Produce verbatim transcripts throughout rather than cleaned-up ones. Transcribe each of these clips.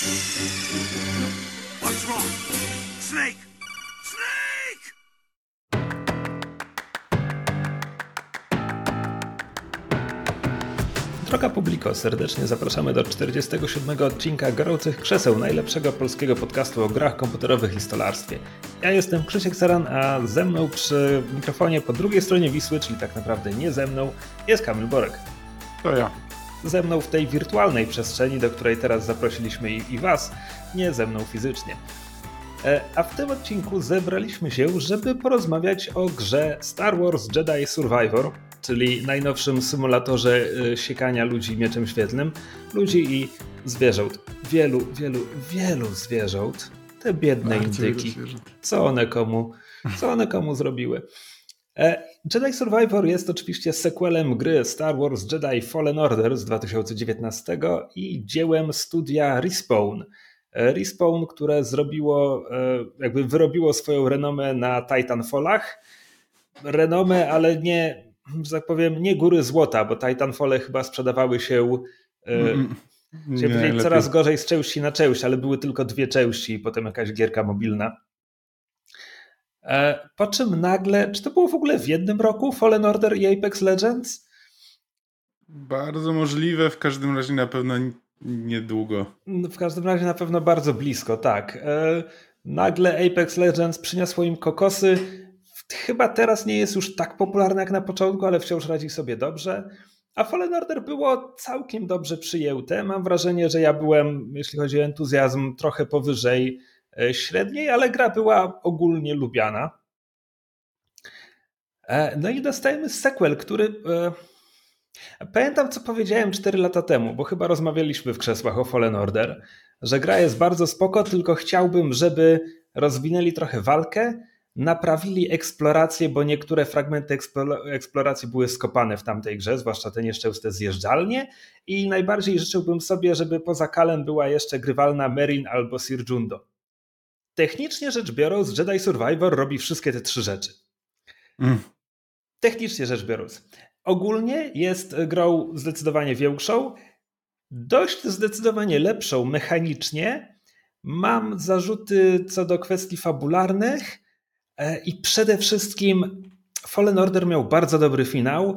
What's wrong? Snake! Snake! Droga publiko, serdecznie zapraszamy do czterdziestego siódmego odcinka Gorących Krzeseł, najlepszego polskiego podcastu o grach komputerowych i stolarstwie. Ja jestem Krzysiek Saran, a ze mną przy mikrofonie po drugiej stronie Wisły, czyli tak naprawdę nie ze mną, jest Kamil Borek. To ja. Ze mną w tej wirtualnej przestrzeni, do której teraz zaprosiliśmy i, i was, nie ze mną fizycznie. A w tym odcinku zebraliśmy się, żeby porozmawiać o grze Star Wars Jedi Survivor, czyli najnowszym symulatorze siekania ludzi mieczem świetlnym, ludzi i zwierząt. Wielu, wielu, wielu zwierząt. Te biedne Bardzo indyki. Co one komu, co one komu zrobiły? Jedi Survivor jest oczywiście sequelem gry Star Wars Jedi Fallen Order z dwa tysiące dziewiętnastego i dziełem studia Respawn. Respawn, które zrobiło, jakby wyrobiło swoją renomę na Titanfallach. Renomę, ale nie, że tak powiem, nie góry złota, bo Titanfalle chyba sprzedawały się mm, nie, powiedzieć, coraz gorzej z części na część, ale były tylko dwie części i potem jakaś gierka mobilna. Po czym nagle, czy to było w ogóle w jednym roku Fallen Order i Apex Legends? Bardzo możliwe, w każdym razie na pewno niedługo. W każdym razie na pewno bardzo blisko, tak. Nagle Apex Legends przyniosło im kokosy. Chyba teraz nie jest już tak popularne jak na początku, ale wciąż radzi sobie dobrze. A Fallen Order było całkiem dobrze przyjęte. Mam wrażenie, że ja byłem, jeśli chodzi o entuzjazm, trochę powyżej średniej, ale gra była ogólnie lubiana. No i dostajemy sequel, który... Pamiętam, co powiedziałem cztery lata temu, bo chyba rozmawialiśmy w krzesłach o Fallen Order, że gra jest bardzo spoko, tylko chciałbym, żeby rozwinęli trochę walkę, naprawili eksplorację, bo niektóre fragmenty eksploracji były skopane w tamtej grze, zwłaszcza te nieszczęsne zjeżdżalnie, i najbardziej życzyłbym sobie, żeby poza Kalem była jeszcze grywalna Merrin albo Sir Jundo. Technicznie rzecz biorąc, Jedi Survivor robi wszystkie te trzy rzeczy. Mm. Technicznie rzecz biorąc. Ogólnie jest grą zdecydowanie większą, dość zdecydowanie lepszą mechanicznie. Mam zarzuty co do kwestii fabularnych i przede wszystkim Fallen Order miał bardzo dobry finał,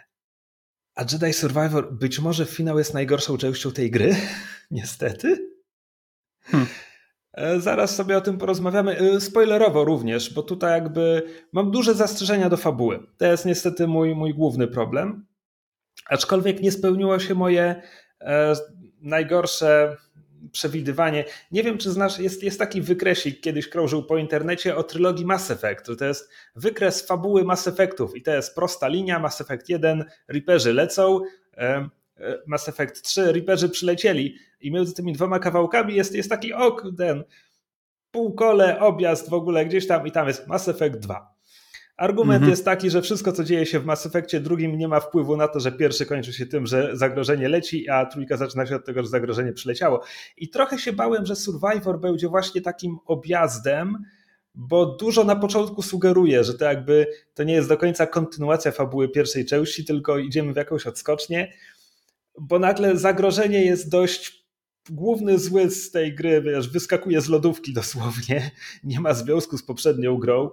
a Jedi Survivor być może finał jest najgorszą częścią tej gry, niestety. Hmm. Zaraz sobie o tym porozmawiamy. Spoilerowo również, bo tutaj jakby mam duże zastrzeżenia do fabuły. To jest niestety mój, mój główny problem. Aczkolwiek nie spełniło się moje e, najgorsze przewidywanie. Nie wiem, czy znasz, jest, jest taki wykresik, kiedyś krążył po internecie o trylogii Mass Effect. To jest wykres fabuły Mass Effectów i to jest prosta linia. Mass Effect jeden, Reaperzy lecą, e, Mass Effect trzy, Reaperzy przylecieli i między tymi dwoma kawałkami jest, jest taki ok, ten półkole, objazd w ogóle gdzieś tam i tam jest Mass Effect dwa. Argument mhm. jest taki, że wszystko, co dzieje się w Mass Effectie drugim, nie ma wpływu na to, że pierwszy kończy się tym, że zagrożenie leci, a trójka zaczyna się od tego, że zagrożenie przyleciało. I trochę się bałem, że Survivor będzie właśnie takim objazdem, bo dużo na początku sugeruje, że to jakby to nie jest do końca kontynuacja fabuły pierwszej części, tylko idziemy w jakąś odskocznię, bo nagle zagrożenie jest dość główny zły z tej gry, wiesz, wyskakuje z lodówki dosłownie, nie ma związku z poprzednią grą.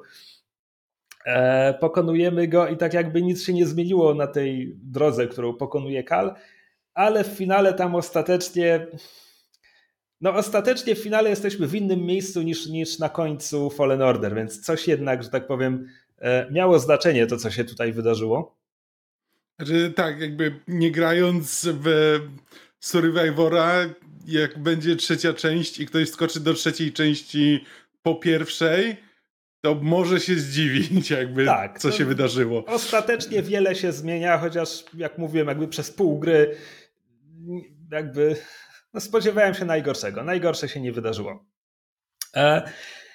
E, pokonujemy go i tak jakby nic się nie zmieniło na tej drodze, którą pokonuje Kal, ale w finale tam ostatecznie no ostatecznie w finale jesteśmy w innym miejscu niż, niż na końcu Fallen Order, więc coś jednak, że tak powiem, e, miało znaczenie to, co się tutaj wydarzyło. Znaczy, tak, jakby nie grając w Survivora, jak będzie trzecia część i ktoś skoczy do trzeciej części po pierwszej, to może się zdziwić, jakby tak, co się wydarzyło. Ostatecznie wiele się zmienia, chociaż jak mówiłem, jakby przez pół gry jakby no spodziewałem się najgorszego. Najgorsze się nie wydarzyło. E,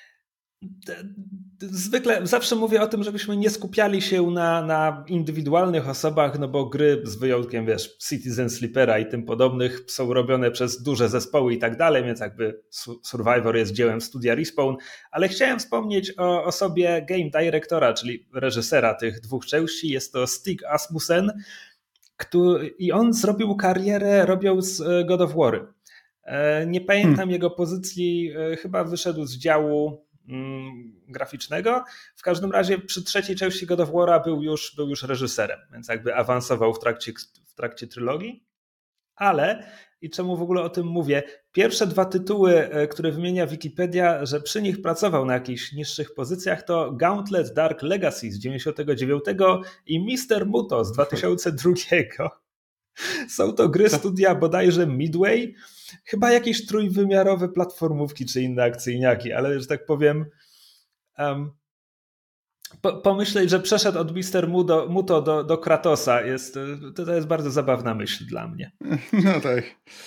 Zwykle zawsze mówię o tym, żebyśmy nie skupiali się na, na indywidualnych osobach, no bo gry z wyjątkiem, wiesz, Citizen Sleepera i tym podobnych są robione przez duże zespoły i tak dalej, więc jakby Survivor jest dziełem studia Respawn, ale chciałem wspomnieć o osobie game directora, czyli reżysera tych dwóch części. Jest to Stig Asmussen, który, i on zrobił karierę robiąc God of War. Nie pamiętam hmm. jego pozycji, chyba wyszedł z działu mm, graficznego. W każdym razie przy trzeciej części God of War'a był już, był już reżyserem, więc jakby awansował w trakcie, w trakcie trylogii. Ale, i czemu w ogóle o tym mówię, pierwsze dwa tytuły, które wymienia Wikipedia, że przy nich pracował na jakichś niższych pozycjach, to Gauntlet Dark Legacy z dziewięćdziesiątego dziewiątego i mister Muto z dwa tysiące drugiego. Są to gry studia bodajże Midway, chyba jakieś trójwymiarowe platformówki czy inne akcyjniaki, ale że tak powiem, um, po, pomyśleć, że przeszedł od mister Muto, Muto do, do Kratosa, jest, to, to jest bardzo zabawna myśl dla mnie. No tak.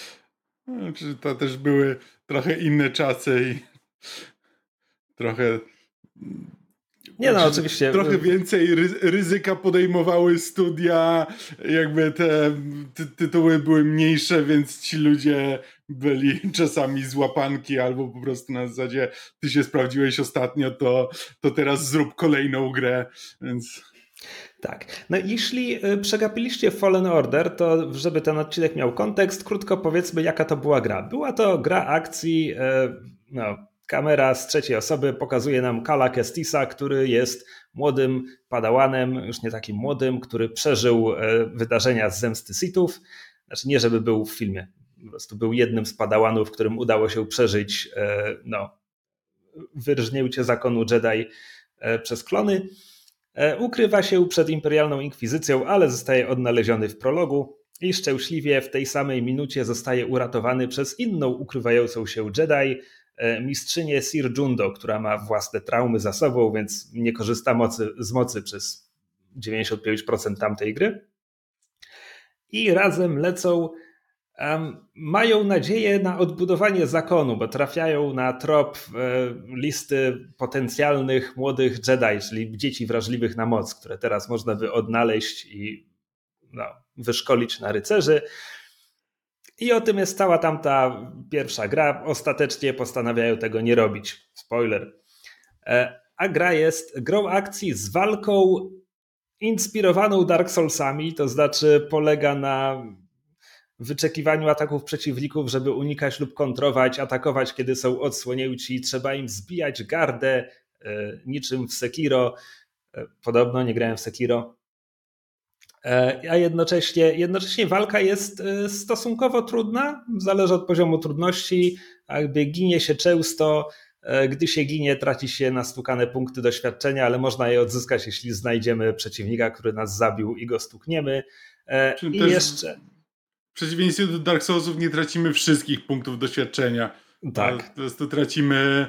To też były trochę inne czasy i trochę... Nie no, oczywiście. Trochę więcej ryzyka podejmowały studia, jakby te ty tytuły były mniejsze, więc ci ludzie byli czasami z łapanki albo po prostu na zasadzie ty się sprawdziłeś ostatnio, to, to teraz zrób kolejną grę, więc... Tak. No jeśli przegapiliście Fallen Order, to żeby ten odcinek miał kontekst, krótko powiedzmy, jaka to była gra. Była to gra akcji, no... Kamera z trzeciej osoby pokazuje nam Kala Kestisa, który jest młodym padałanem, już nie takim młodym, który przeżył wydarzenia z Zemsty Sithów. Znaczy nie, żeby był w filmie, po prostu był jednym z padałanów, którym udało się przeżyć no, wyrżnięcie zakonu Jedi przez klony. Ukrywa się przed imperialną inkwizycją, ale zostaje odnaleziony w prologu i szczęśliwie w tej samej minucie zostaje uratowany przez inną ukrywającą się Jedi, mistrzynię Sir Jundo, która ma własne traumy za sobą, więc nie korzysta mocy, z mocy przez dziewięćdziesiąt pięć procent tamtej gry. I razem lecą, um, mają nadzieję na odbudowanie zakonu, bo trafiają na trop um, listy potencjalnych młodych Jedi, czyli dzieci wrażliwych na moc, które teraz można by odnaleźć i no, wyszkolić na rycerzy. I o tym jest cała tamta pierwsza gra. Ostatecznie postanawiają tego nie robić. Spoiler. A gra jest grą akcji z walką inspirowaną Dark Soulsami, to znaczy polega na wyczekiwaniu ataków przeciwników, żeby unikać lub kontrować, atakować, kiedy są odsłonięci. Trzeba im zbijać gardę, niczym w Sekiro. Podobno nie grałem w Sekiro. A jednocześnie, jednocześnie walka jest stosunkowo trudna, zależy od poziomu trudności, jakby ginie się często, gdy się ginie traci się nastukane punkty doświadczenia, ale można je odzyskać, jeśli znajdziemy przeciwnika, który nas zabił i go stukniemy. Czyli I jeszcze... W przeciwieństwie do Dark Soulsów nie tracimy wszystkich punktów doświadczenia. Tak. Po prostu tracimy...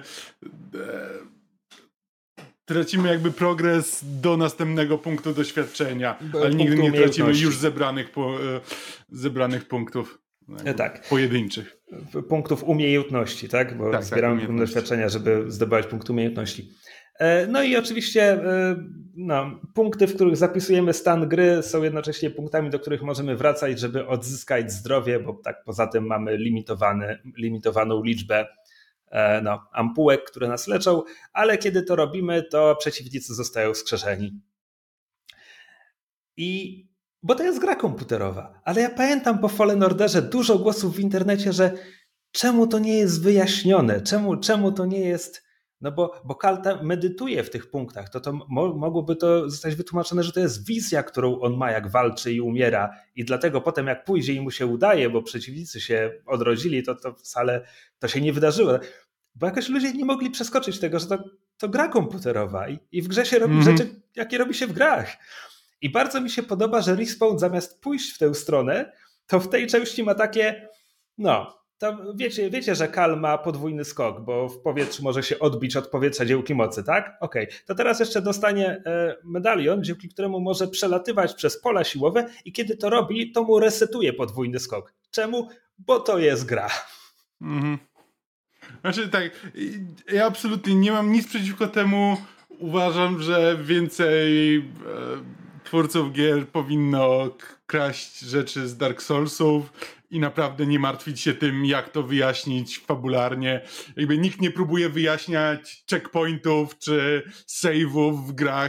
Tracimy jakby progres do następnego punktu doświadczenia, ale nigdy nie tracimy już zebranych, po, zebranych punktów tak. pojedynczych. Punktów umiejętności, tak? Bo tak, zbieramy tak, punkt doświadczenia, żeby zdobywać punkt umiejętności. No i oczywiście no, punkty, w których zapisujemy stan gry, są jednocześnie punktami, do których możemy wracać, żeby odzyskać zdrowie, bo tak poza tym mamy limitowany, limitowaną liczbę no, ampułek, które nas leczą, ale kiedy to robimy, to przeciwnicy zostają wskrzeszeni. I bo to jest gra komputerowa, ale ja pamiętam po Fallen Orderze dużo głosów w internecie, że czemu to nie jest wyjaśnione, czemu, czemu to nie jest, no bo, bo Kal medytuje w tych punktach, to, to mo, mogłoby to zostać wytłumaczone, że to jest wizja, którą on ma, jak walczy i umiera i dlatego potem jak pójdzie i mu się udaje, bo przeciwnicy się odrodzili, to, to wcale to się nie wydarzyło. Bo jakoś ludzie nie mogli przeskoczyć tego, że to, to gra komputerowa i, i w grze się robi mm-hmm. rzeczy, jakie robi się w grach. I bardzo mi się podoba, że Respawn zamiast pójść w tę stronę, to w tej części ma takie, no, to wiecie, wiecie, że Kal ma podwójny skok, bo w powietrzu może się odbić od powietrza dziełki mocy, tak? Okej, okay. To teraz jeszcze dostanie medalion, dzięki któremu może przelatywać przez pola siłowe i kiedy to robi, to mu resetuje podwójny skok. Czemu? Bo to jest gra. Mhm. Znaczy tak, ja absolutnie nie mam nic przeciwko temu. Uważam, że więcej e, twórców gier powinno kraść rzeczy z Dark Soulsów i naprawdę nie martwić się tym, jak to wyjaśnić fabularnie. Jakby nikt nie próbuje wyjaśniać checkpointów czy save'ów w grach,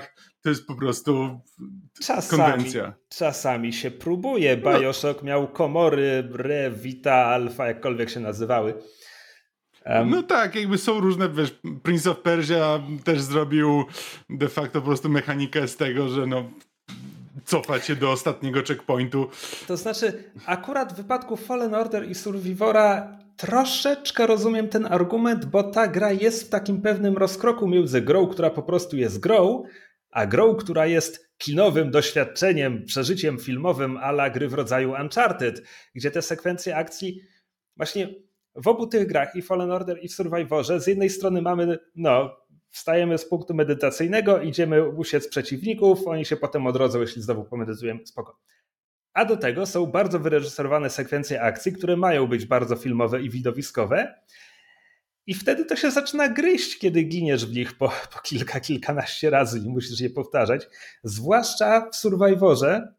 to jest po prostu czasami, konwencja. Czasami się próbuje. Bioshock miał komory, Re, Vita, Alpha, jakkolwiek się nazywały. Um, no tak, jakby są różne, wiesz, Prince of Persia też zrobił de facto po prostu mechanikę z tego, że no cofać się do ostatniego checkpointu. To znaczy, akurat w wypadku Fallen Order i Survivora troszeczkę rozumiem ten argument, bo ta gra jest w takim pewnym rozkroku między grą, która po prostu jest grą, a grą, która jest kinowym doświadczeniem, przeżyciem filmowym a la gry w rodzaju Uncharted, gdzie te sekwencje akcji właśnie w obu tych grach, i Fallen Order, i w Survivorze, z jednej strony mamy, no, wstajemy z punktu medytacyjnego, idziemy usiec przeciwników, oni się potem odrodzą, jeśli znowu pomedytujemy, spoko. A do tego są bardzo wyreżyserowane sekwencje akcji, które mają być bardzo filmowe i widowiskowe. I wtedy to się zaczyna gryźć, kiedy giniesz w nich po, po kilka, kilkanaście razy i musisz je powtarzać. Zwłaszcza w Survivorze,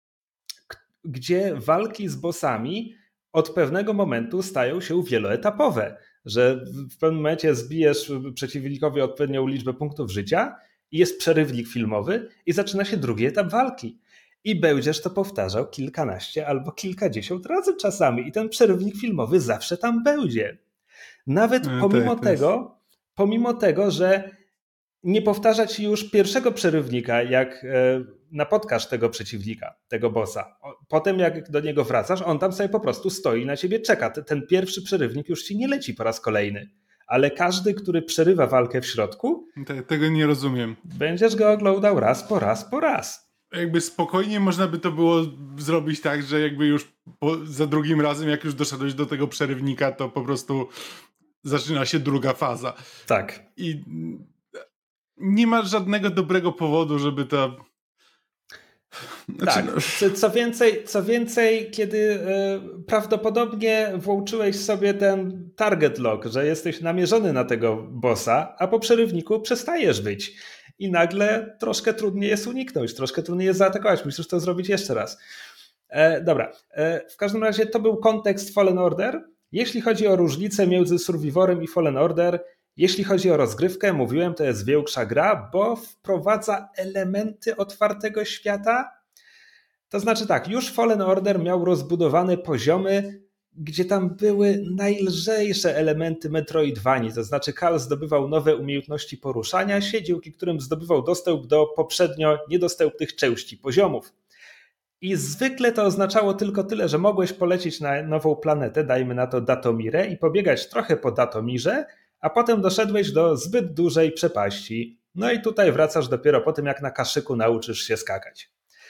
gdzie walki z bossami od pewnego momentu stają się wieloetapowe, że w pewnym momencie zbijesz przeciwnikowi odpowiednią liczbę punktów życia i jest przerywnik filmowy i zaczyna się drugi etap walki. I będziesz to powtarzał kilkanaście albo kilkadziesiąt razy czasami i ten przerywnik filmowy zawsze tam będzie. Nawet pomimo tak, jest... tego, pomimo tego, że nie powtarza ci już pierwszego przerywnika, jak napotkasz tego przeciwnika, tego bossa. Potem jak do niego wracasz, on tam sobie po prostu stoi i na ciebie czeka. Ten pierwszy przerywnik już ci nie leci po raz kolejny. Ale każdy, który przerywa walkę w środku, Te, tego nie rozumiem. Będziesz go oglądał raz po raz po raz. Jakby spokojnie można by to było zrobić tak, że jakby już po, za drugim razem, jak już doszedłeś do tego przerywnika, to po prostu zaczyna się druga faza. Tak. I nie ma żadnego dobrego powodu, żeby to... Znaczy, tak, no... co, więcej, co więcej, kiedy y, prawdopodobnie włączyłeś sobie ten target lock, że jesteś namierzony na tego bossa, a po przerywniku przestajesz być. I nagle troszkę trudniej jest uniknąć, troszkę trudniej jest zaatakować. Musisz to zrobić jeszcze raz. E, dobra, e, w każdym razie to był kontekst Fallen Order. Jeśli chodzi o różnicę między Survivorem i Fallen Order, jeśli chodzi o rozgrywkę, mówiłem, to jest większa gra, bo wprowadza elementy otwartego świata. To znaczy tak, już Fallen Order miał rozbudowane poziomy, gdzie tam były najlżejsze elementy Metroidvanii, to znaczy Cal zdobywał nowe umiejętności poruszania się, dzięki którym zdobywał dostęp do poprzednio niedostępnych części poziomów. I zwykle to oznaczało tylko tyle, że mogłeś polecieć na nową planetę, dajmy na to Datomirę, i pobiegać trochę po Datomirze, a potem doszedłeś do zbyt dużej przepaści. No i tutaj wracasz dopiero po tym, jak na kaszyku nauczysz się skakać.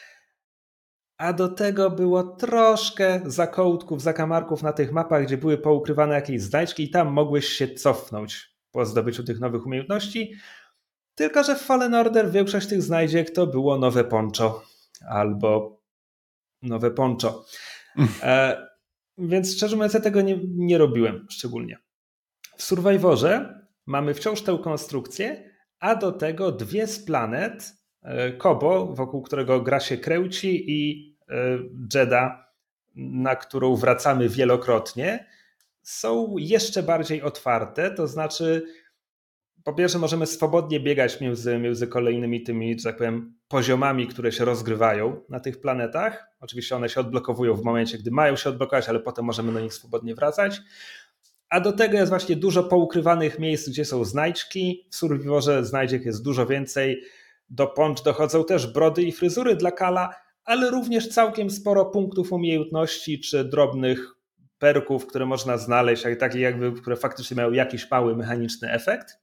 A do tego było troszkę zakołtków, zakamarków na tych mapach, gdzie były poukrywane jakieś znajdźki i tam mogłeś się cofnąć po zdobyciu tych nowych umiejętności. Tylko że w Fallen Order większość tych znajdziek to było nowe poncho albo nowe poncho. E, więc szczerze mówiąc, ja tego nie, nie robiłem szczególnie. W Survivorze mamy wciąż tę konstrukcję, a do tego dwie z planet, Kobo, wokół którego gra się kręci, i Jedha, na którą wracamy wielokrotnie, są jeszcze bardziej otwarte, to znaczy po pierwsze możemy swobodnie biegać między, między kolejnymi tymi, że tak powiem, poziomami, które się rozgrywają na tych planetach. Oczywiście one się odblokowują w momencie, gdy mają się odblokować, ale potem możemy do nich swobodnie wracać. A do tego jest właśnie dużo poukrywanych miejsc, gdzie są znajdźki. W Survivorze znajdziek jest dużo więcej. Do ponch dochodzą też brody i fryzury dla Cala, ale również całkiem sporo punktów umiejętności czy drobnych perków, które można znaleźć, a takie jakby, które faktycznie mają jakiś mały mechaniczny efekt.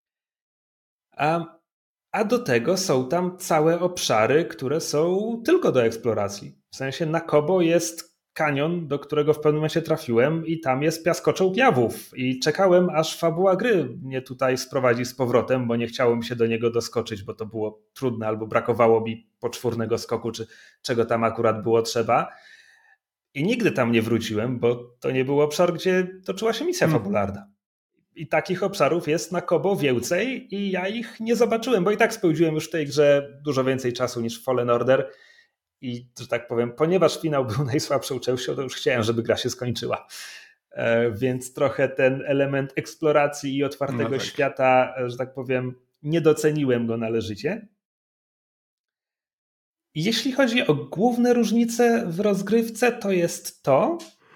A, a do tego są tam całe obszary, które są tylko do eksploracji. W sensie na Kobo jest kanion, do którego w pewnym momencie trafiłem, i tam jest piaskoczołg jawów. I czekałem, aż fabuła gry mnie tutaj sprowadzi z powrotem, bo nie chciało mi się do niego doskoczyć, bo to było trudne, albo brakowało mi poczwórnego skoku, czy czego tam akurat było trzeba. I nigdy tam nie wróciłem, bo to nie był obszar, gdzie toczyła się misja hmm. fabularna. I takich obszarów jest na Kobo więcej i ja ich nie zobaczyłem, bo i tak spędziłem już w tej grze dużo więcej czasu niż w Fallen Order. I, że tak powiem, ponieważ finał był najsłabszą częścią, to już chciałem, żeby gra się skończyła. E, więc trochę ten element eksploracji i otwartego no tak. świata, że tak powiem, nie doceniłem go należycie. Jeśli chodzi o główne różnice w rozgrywce, to jest to...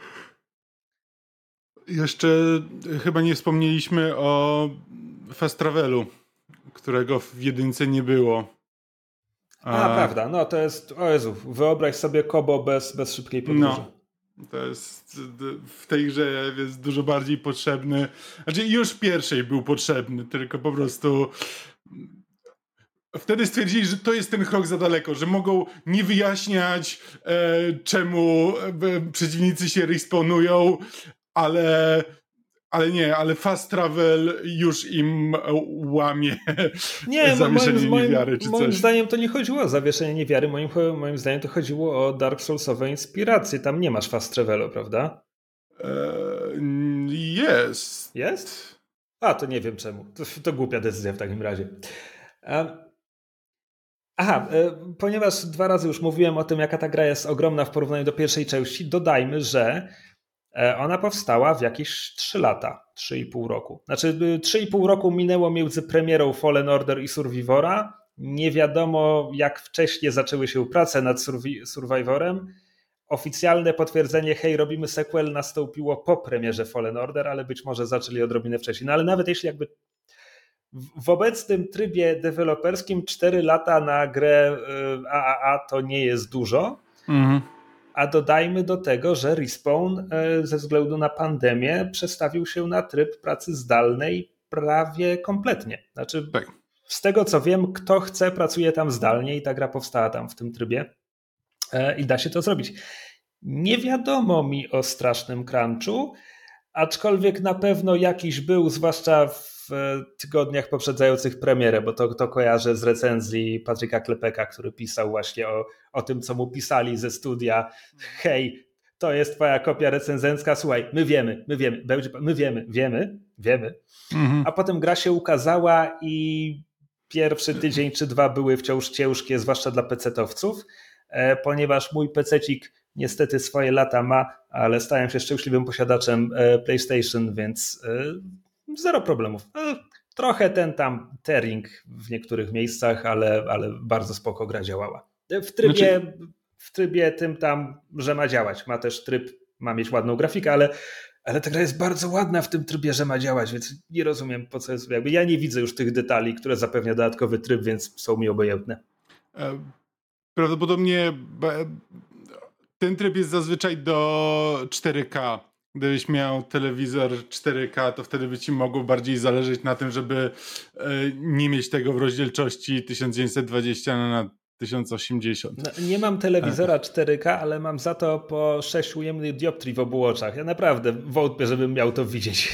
Jeszcze chyba nie wspomnieliśmy o fast travelu, którego w jedynce nie było. A, A prawda, no to jest, o Jezu, wyobraź sobie Kobo bez, bez szybkiej podróży. No, to jest, w tej grze jest dużo bardziej potrzebny, znaczy już w pierwszej był potrzebny, tylko po prostu wtedy stwierdzili, że to jest ten krok za daleko, że mogą nie wyjaśniać e, czemu e, przeciwnicy się respawnują, ale Ale nie, ale fast travel już im łamie nie, zawieszenie moim, niewiary czy moim coś. zdaniem to nie chodziło o zawieszenie niewiary, moim, moim zdaniem to chodziło o Dark Soulsowe inspiracje. Tam nie masz fast travelu, prawda? Eee, jest. Jest? A, to nie wiem czemu. To, to głupia decyzja w takim razie. Um, aha, e, ponieważ dwa razy już mówiłem o tym, jaka ta gra jest ogromna w porównaniu do pierwszej części, dodajmy, że ona powstała w jakieś trzy lata, trzy i pół roku. Znaczy trzy i pół roku minęło między premierą Fallen Order i Survivora. Nie wiadomo, jak wcześnie zaczęły się prace nad Survivorem. Oficjalne potwierdzenie, hej, robimy sequel, nastąpiło po premierze Fallen Order, ale być może zaczęli odrobinę wcześniej. No ale nawet jeśli jakby w obecnym trybie deweloperskim cztery lata na grę A A A to nie jest dużo. Mhm. A dodajmy do tego, że Respawn ze względu na pandemię przestawił się na tryb pracy zdalnej prawie kompletnie. Znaczy, tak. Z tego co wiem, kto chce, pracuje tam zdalnie i ta gra powstała tam w tym trybie i da się to zrobić. Nie wiadomo mi o strasznym crunchu, aczkolwiek na pewno jakiś był, zwłaszcza w tygodniach poprzedzających premierę, bo to, to kojarzę z recenzji Patryka Klepeka, który pisał właśnie o, o tym, co mu pisali ze studia. Hej, to jest twoja kopia recenzencka, słuchaj, my wiemy, my wiemy, my wiemy, wiemy, wiemy. Mhm. A potem gra się ukazała i pierwszy tydzień czy dwa były wciąż ciężkie, zwłaszcza dla pecetowców, ponieważ mój pececik niestety swoje lata ma, ale stałem się szczęśliwym posiadaczem PlayStation, więc zero problemów. Trochę ten tam tearing w niektórych miejscach, ale, ale bardzo spoko gra działała. W trybie, znaczy... w trybie tym tam, że ma działać. Ma też tryb, ma mieć ładną grafikę, ale, ale ta gra jest bardzo ładna w tym trybie, że ma działać, więc nie rozumiem po co jest. Jakby ja nie widzę już tych detali, które zapewnia dodatkowy tryb, więc są mi obojętne. Prawdopodobnie ten tryb jest zazwyczaj do cztery K. Gdybyś miał telewizor cztery K, to wtedy by ci mogło bardziej zależeć na tym, żeby nie mieć tego w rozdzielczości tysiąc dziewięćset dwadzieścia na tysiąc osiemdziesiąt. No, nie mam telewizora cztery K, ale mam za to po sześć ujemnych dioptrii w obu oczach. Ja naprawdę wątpię, żebym miał to widzieć.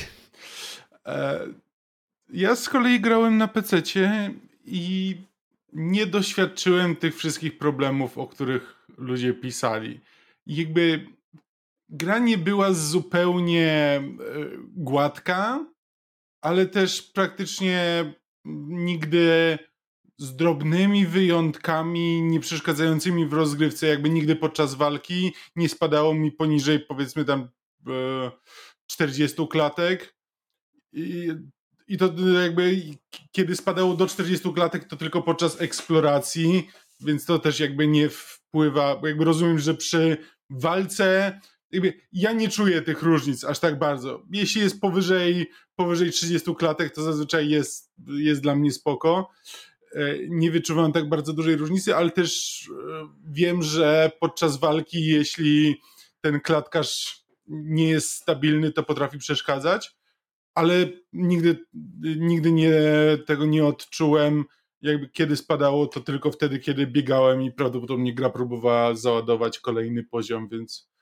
Ja z kolei grałem na pececie i nie doświadczyłem tych wszystkich problemów, o których ludzie pisali. I jakby gra nie była zupełnie gładka, ale też praktycznie nigdy z drobnymi wyjątkami nie przeszkadzającymi w rozgrywce. Jakby nigdy podczas walki nie spadało mi poniżej, powiedzmy tam czterdziestu klatek. I, i to jakby kiedy spadało do czterdziestu klatek, to tylko podczas eksploracji, więc to też jakby nie wpływa. Jakby rozumiem, że przy walce jakby ja nie czuję tych różnic aż tak bardzo. Jeśli jest powyżej, powyżej trzydziestu klatek, to zazwyczaj jest, jest dla mnie spoko. Nie wyczuwam tak bardzo dużej różnicy, ale też wiem, że podczas walki, jeśli ten klatkarz nie jest stabilny, to potrafi przeszkadzać, ale nigdy, nigdy nie, tego nie odczułem. Jakby kiedy spadało, to tylko wtedy, kiedy biegałem i prawdopodobnie gra próbowała załadować kolejny poziom, więc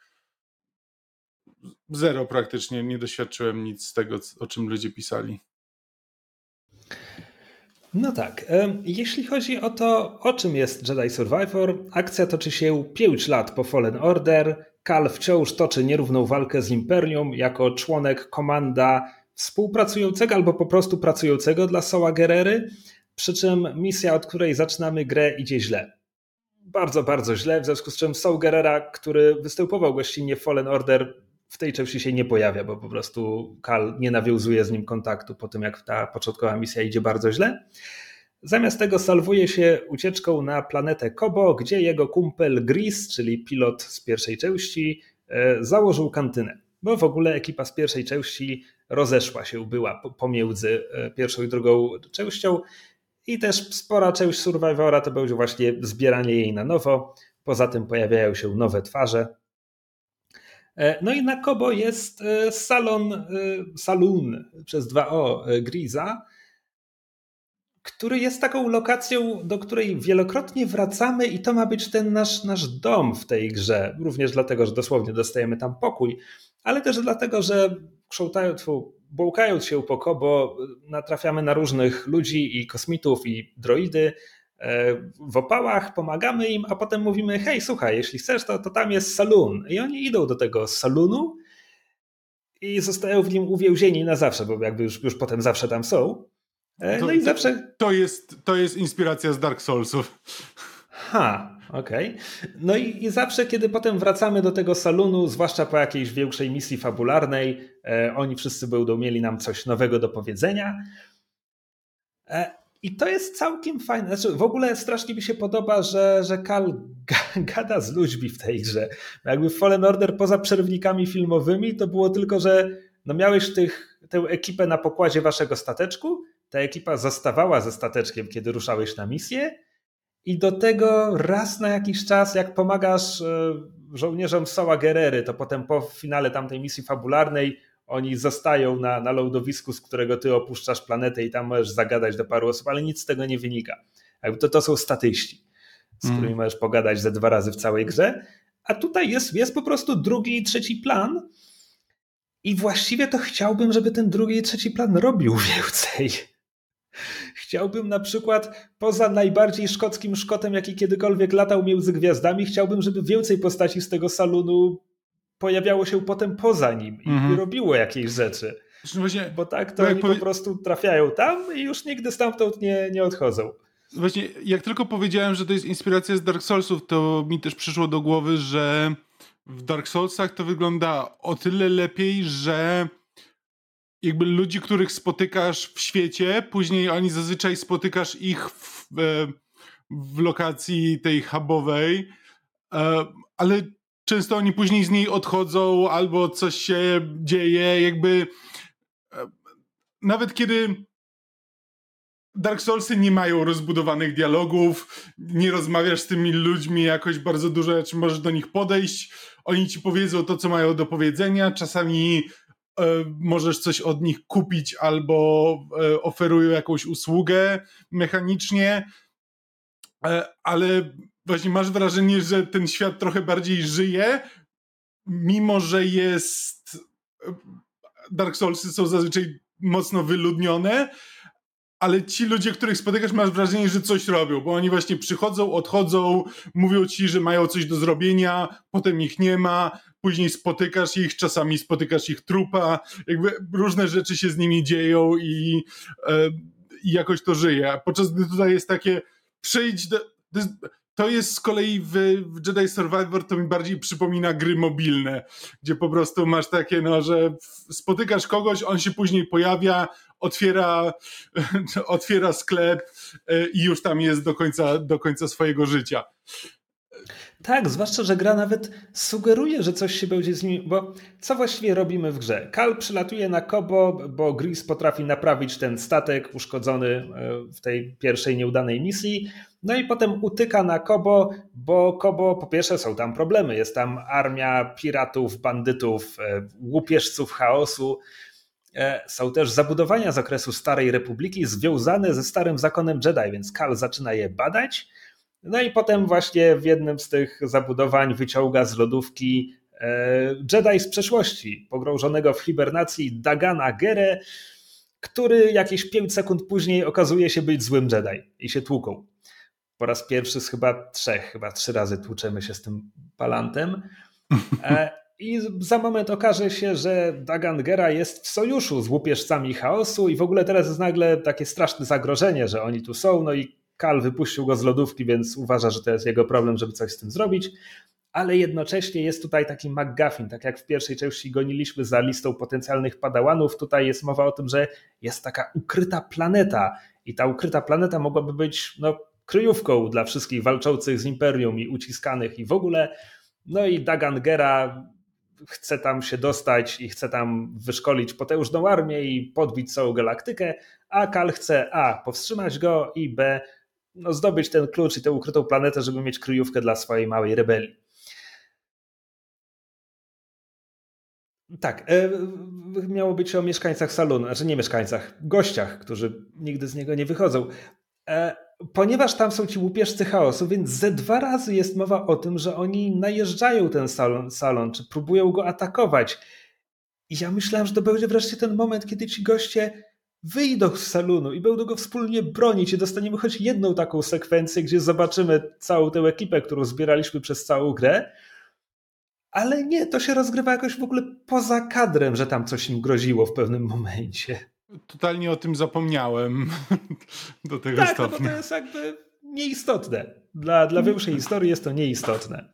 zero praktycznie, nie doświadczyłem nic z tego, o czym ludzie pisali. No tak, jeśli chodzi o to, o czym jest Jedi Survivor, akcja toczy się pięć lat po Fallen Order. Cal wciąż toczy nierówną walkę z Imperium jako członek komanda współpracującego albo po prostu pracującego dla Saw Gerrery, przy czym misja, od której zaczynamy grę, idzie źle. Bardzo, bardzo źle, w związku z czym Saw Gerrera, który występował gościnnie w Fallen Order, w tej części się nie pojawia, bo po prostu Cal nie nawiązuje z nim kontaktu po tym, jak ta początkowa misja idzie bardzo źle. Zamiast tego salwuje się ucieczką na planetę Kobo, gdzie jego kumpel Grease, czyli pilot z pierwszej części, założył kantynę. Bo w ogóle ekipa z pierwszej części rozeszła się, była pomiędzy pierwszą i drugą częścią i też spora część Survivora to będzie właśnie zbieranie jej na nowo. Poza tym pojawiają się nowe twarze. No i na Kobo jest salon, saloon przez dwa O Grease'a, który jest taką lokacją, do której wielokrotnie wracamy i to ma być ten nasz, nasz dom w tej grze. Również dlatego, że dosłownie dostajemy tam pokój, ale też dlatego, że krzątając, błąkając się po Kobo natrafiamy na różnych ludzi i kosmitów i droidy w opałach, pomagamy im, a potem mówimy: hej, słuchaj, jeśli chcesz, to, to tam jest saloon. I oni idą do tego saloonu i zostają w nim uwięzieni na zawsze, bo jakby już, już potem zawsze tam są. No to, i zawsze... To jest, to jest inspiracja z Dark Soulsów. Ha, okej. Okay. No i, i zawsze, kiedy potem wracamy do tego salonu, zwłaszcza po jakiejś większej misji fabularnej, e, oni wszyscy będą mieli nam coś nowego do powiedzenia. E, I to jest całkiem fajne. Znaczy, w ogóle strasznie mi się podoba, że, że Cal gada z ludźmi w tej grze. Jakby w Fallen Order poza przerwnikami filmowymi to było tylko, że no miałeś tych, tę ekipę na pokładzie waszego stateczku, ta ekipa zostawała ze stateczkiem, kiedy ruszałeś na misję i do tego raz na jakiś czas, jak pomagasz żołnierzom Soła Gerery, to potem po finale tamtej misji fabularnej oni zostają na, na lądowisku, z którego ty opuszczasz planetę i tam możesz zagadać do paru osób, ale nic z tego nie wynika. To, to są statyści, z którymi mm. możesz pogadać ze dwa razy w całej grze, a tutaj jest, jest po prostu drugi i trzeci plan i właściwie to chciałbym, żeby ten drugi i trzeci plan robił więcej. Chciałbym na przykład, poza najbardziej szkockim Szkotem, jaki kiedykolwiek latał między gwiazdami, chciałbym, żeby więcej postaci z tego salonu pojawiało się potem poza nim i mm-hmm. robiło jakieś rzeczy. Właśnie, bo tak to oni powie... po prostu trafiają tam i już nigdy stamtąd nie, nie odchodzą. Właśnie, jak tylko powiedziałem, że to jest inspiracja z Dark Soulsów, to mi też przyszło do głowy, że w Dark Soulsach to wygląda o tyle lepiej, że jakby ludzi, których spotykasz w świecie, później oni zazwyczaj spotykasz ich w, w lokacji tej hubowej, ale często oni później z niej odchodzą albo coś się dzieje, jakby nawet kiedy Dark Soulsy nie mają rozbudowanych dialogów, nie rozmawiasz z tymi ludźmi jakoś bardzo dużo, czy możesz do nich podejść, oni ci powiedzą to, co mają do powiedzenia, czasami e, możesz coś od nich kupić albo e, oferują jakąś usługę mechanicznie, e, ale właśnie masz wrażenie, że ten świat trochę bardziej żyje, mimo że jest... Dark Soulsy są zazwyczaj mocno wyludnione, ale ci ludzie, których spotykasz, masz wrażenie, że coś robią, bo oni właśnie przychodzą, odchodzą, mówią ci, że mają coś do zrobienia, potem ich nie ma, później spotykasz ich, czasami spotykasz ich trupa, jakby różne rzeczy się z nimi dzieją i, e, i jakoś to żyje. Podczas gdy tutaj jest takie, przyjdź do... To jest, to jest z kolei w, w Jedi Survivor, to mi bardziej przypomina gry mobilne, gdzie po prostu masz takie, no, że spotykasz kogoś, on się później pojawia, otwiera, otwiera sklep i już tam jest do końca, do końca swojego życia. Tak, zwłaszcza, że gra nawet sugeruje, że coś się będzie z nimi... Bo co właściwie robimy w grze? Cal przylatuje na Kobo, bo Grease potrafi naprawić ten statek uszkodzony w tej pierwszej nieudanej misji. No i potem utyka na Kobo, bo Kobo po pierwsze są tam problemy. Jest tam armia piratów, bandytów, łupieżców chaosu. Są też zabudowania z okresu Starej Republiki związane ze Starym Zakonem Jedi, więc Cal zaczyna je badać. No i potem właśnie w jednym z tych zabudowań wyciąga z lodówki Jedi z przeszłości, pogrążonego w hibernacji Dagana Gerę, który jakieś pięć sekund później okazuje się być złym Jedi i się tłuką. Po raz pierwszy z chyba trzech, chyba trzy razy tłuczemy się z tym palantem. I za moment okaże się, że Dagan Gera jest w sojuszu z łupieżcami chaosu i w ogóle teraz jest nagle takie straszne zagrożenie, że oni tu są, no i Cal wypuścił go z lodówki, więc uważa, że to jest jego problem, żeby coś z tym zrobić, ale jednocześnie jest tutaj taki MacGuffin, tak jak w pierwszej części goniliśmy za listą potencjalnych padałanów, tutaj jest mowa o tym, że jest taka ukryta planeta I ta ukryta planeta mogłaby być no, kryjówką dla wszystkich walczących z Imperium i uciskanych i w ogóle. No i Dagan Gera chce tam się dostać i chce tam wyszkolić potężną armię i podbić całą galaktykę, a Kal chce a. powstrzymać go i b. no, zdobyć ten klucz i tę ukrytą planetę, żeby mieć kryjówkę dla swojej małej rebelii. Tak, e, miało być o mieszkańcach salonu, znaczy nie mieszkańcach, gościach, którzy nigdy z niego nie wychodzą. E, ponieważ tam są ci łupieżcy chaosu, więc ze dwa razy jest mowa o tym, że oni najeżdżają ten salon, salon czy próbują go atakować. I ja myślałem, że to będzie wreszcie ten moment, kiedy ci goście wyjdą z salonu i będą go wspólnie bronić i dostaniemy choć jedną taką sekwencję, gdzie zobaczymy całą tę ekipę, którą zbieraliśmy przez całą grę. Ale nie, to się rozgrywa jakoś w ogóle poza kadrem, że tam coś im groziło w pewnym momencie. Totalnie o tym zapomniałem do tego tak, stopnia. Tak, no bo to jest jakby nieistotne. Dla, dla większej historii jest to nieistotne.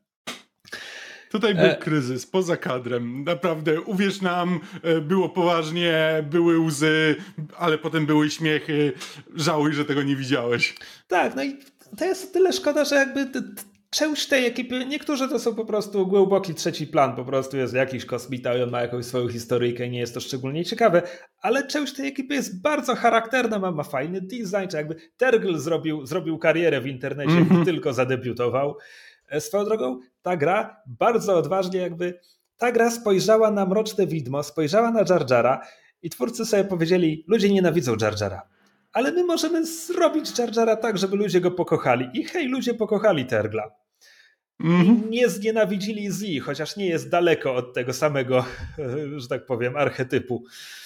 Tutaj był e... kryzys, poza kadrem. Naprawdę, uwierz nam, było poważnie, były łzy, ale potem były śmiechy. Żałuj, że tego nie widziałeś. Tak, no i to jest tyle szkoda, że jakby część tej ekipy, niektórzy to są po prostu głęboki trzeci plan, po prostu jest jakiś kosmita i on ma jakąś swoją historyjkę i nie jest to szczególnie ciekawe, ale część tej ekipy jest bardzo charakterna, ma, ma fajny design, czy jakby Tergl zrobił, zrobił karierę w internecie, mm-hmm. gdy tylko zadebiutował. Swoją drogą, ta gra bardzo odważnie jakby, ta gra spojrzała na Mroczne Widmo, spojrzała na Jar Jara i twórcy sobie powiedzieli, ludzie nienawidzą Jar Jara. Ale my możemy zrobić Jar Jara tak, żeby ludzie go pokochali. I hej, ludzie pokochali Tergla. Mm-hmm. Nie znienawidzili Zee, chociaż nie jest daleko od tego samego, że tak powiem, archetypu.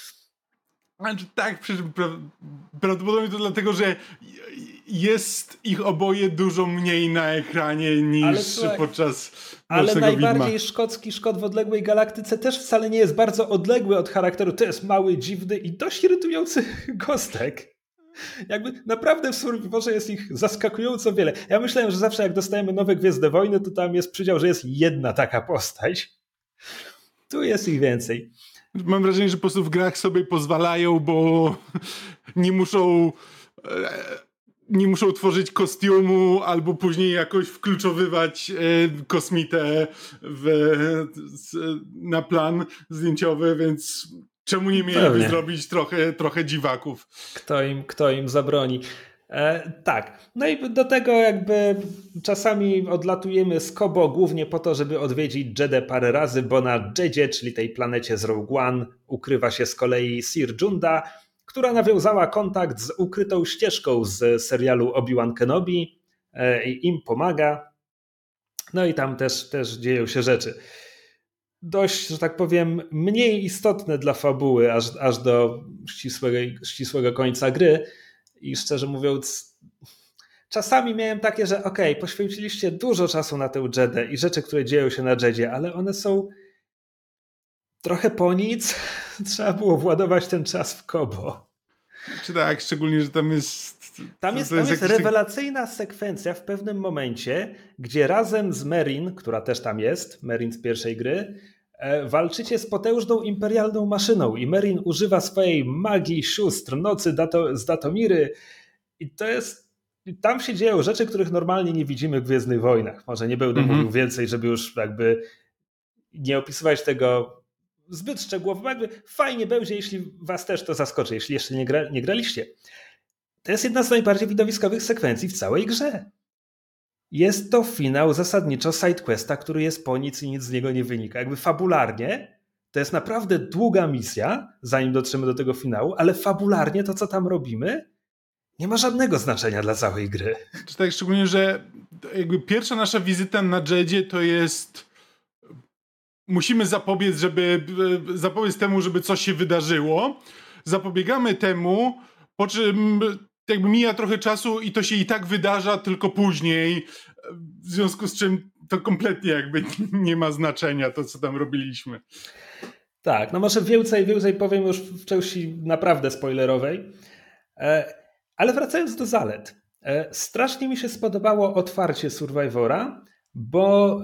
Znaczy, tak, prawdopodobnie to dlatego, że jest ich oboje dużo mniej na ekranie niż ale, słuchaj, podczas Ale najbardziej widma. szkocki Szkot w odległej galaktyce też wcale nie jest bardzo odległy od charakteru. To jest mały, dziwny i dość irytujący gostek. Jakby naprawdę w Survivorze jest ich zaskakująco wiele. Ja myślałem, że zawsze jak dostajemy nowe Gwiezdne Wojny, to tam jest przydział, że jest jedna taka postać. Tu jest ich więcej. Mam wrażenie, że po prostu w grach sobie pozwalają, bo nie muszą nie muszą tworzyć kostiumu albo później jakoś wkluczowywać kosmitę w, na plan zdjęciowy, więc czemu nie mieliby Pewnie. zrobić trochę, trochę dziwaków? Kto im, kto im zabroni? E, tak. No i do tego jakby czasami odlatujemy z Kobo głównie po to, żeby odwiedzić Jedę parę razy, bo na Jedzie, czyli tej planecie z Rogue One, ukrywa się z kolei Sir Junda, która nawiązała kontakt z ukrytą ścieżką z serialu Obi-Wan Kenobi e, i im pomaga. No i tam też, też dzieją się rzeczy. Dość, że tak powiem, mniej istotne dla fabuły, aż, aż do ścisłego, ścisłego końca gry. I szczerze mówiąc, czasami miałem takie, że okej, okay, poświęciliście dużo czasu na tę Jedę i rzeczy, które dzieją się na Jedzie, ale one są trochę po nic. Trzeba było władować ten czas w Kobo. Czy tak, szczególnie, że tam jest... Tam jest, tam jest, jest rewelacyjna sekwencja w pewnym momencie, gdzie razem z Merin, która też tam jest, Merin z pierwszej gry, walczycie z potężną imperialną maszyną i Merin używa swojej magii sióstr nocy dato, z Datomiry i to jest... Tam się dzieją rzeczy, których normalnie nie widzimy w Gwiezdnych Wojnach. Może nie będę mm-hmm. mówił więcej, żeby już jakby nie opisywać tego zbyt szczegółowo. Jakby fajnie będzie, jeśli was też to zaskoczy, jeśli jeszcze nie, gra, nie graliście. To jest jedna z najbardziej widowiskowych sekwencji w całej grze. Jest to finał zasadniczo sidequesta, który jest po nic i nic z niego nie wynika. Jakby fabularnie to jest naprawdę długa misja, zanim dotrzemy do tego finału, ale fabularnie to, co tam robimy, nie ma żadnego znaczenia dla całej gry. Tak, szczególnie, że jakby pierwsza nasza wizyta na Jedzie to jest... Musimy zapobiec, żeby zapobiec temu, żeby coś się wydarzyło. Zapobiegamy temu, po czym jakby mija trochę czasu i to się i tak wydarza, tylko później. W związku z czym to kompletnie jakby nie ma znaczenia to, co tam robiliśmy. Tak, no może więcej, więcej powiem już w części naprawdę spoilerowej. Ale wracając do zalet. Strasznie mi się spodobało otwarcie Survivora, bo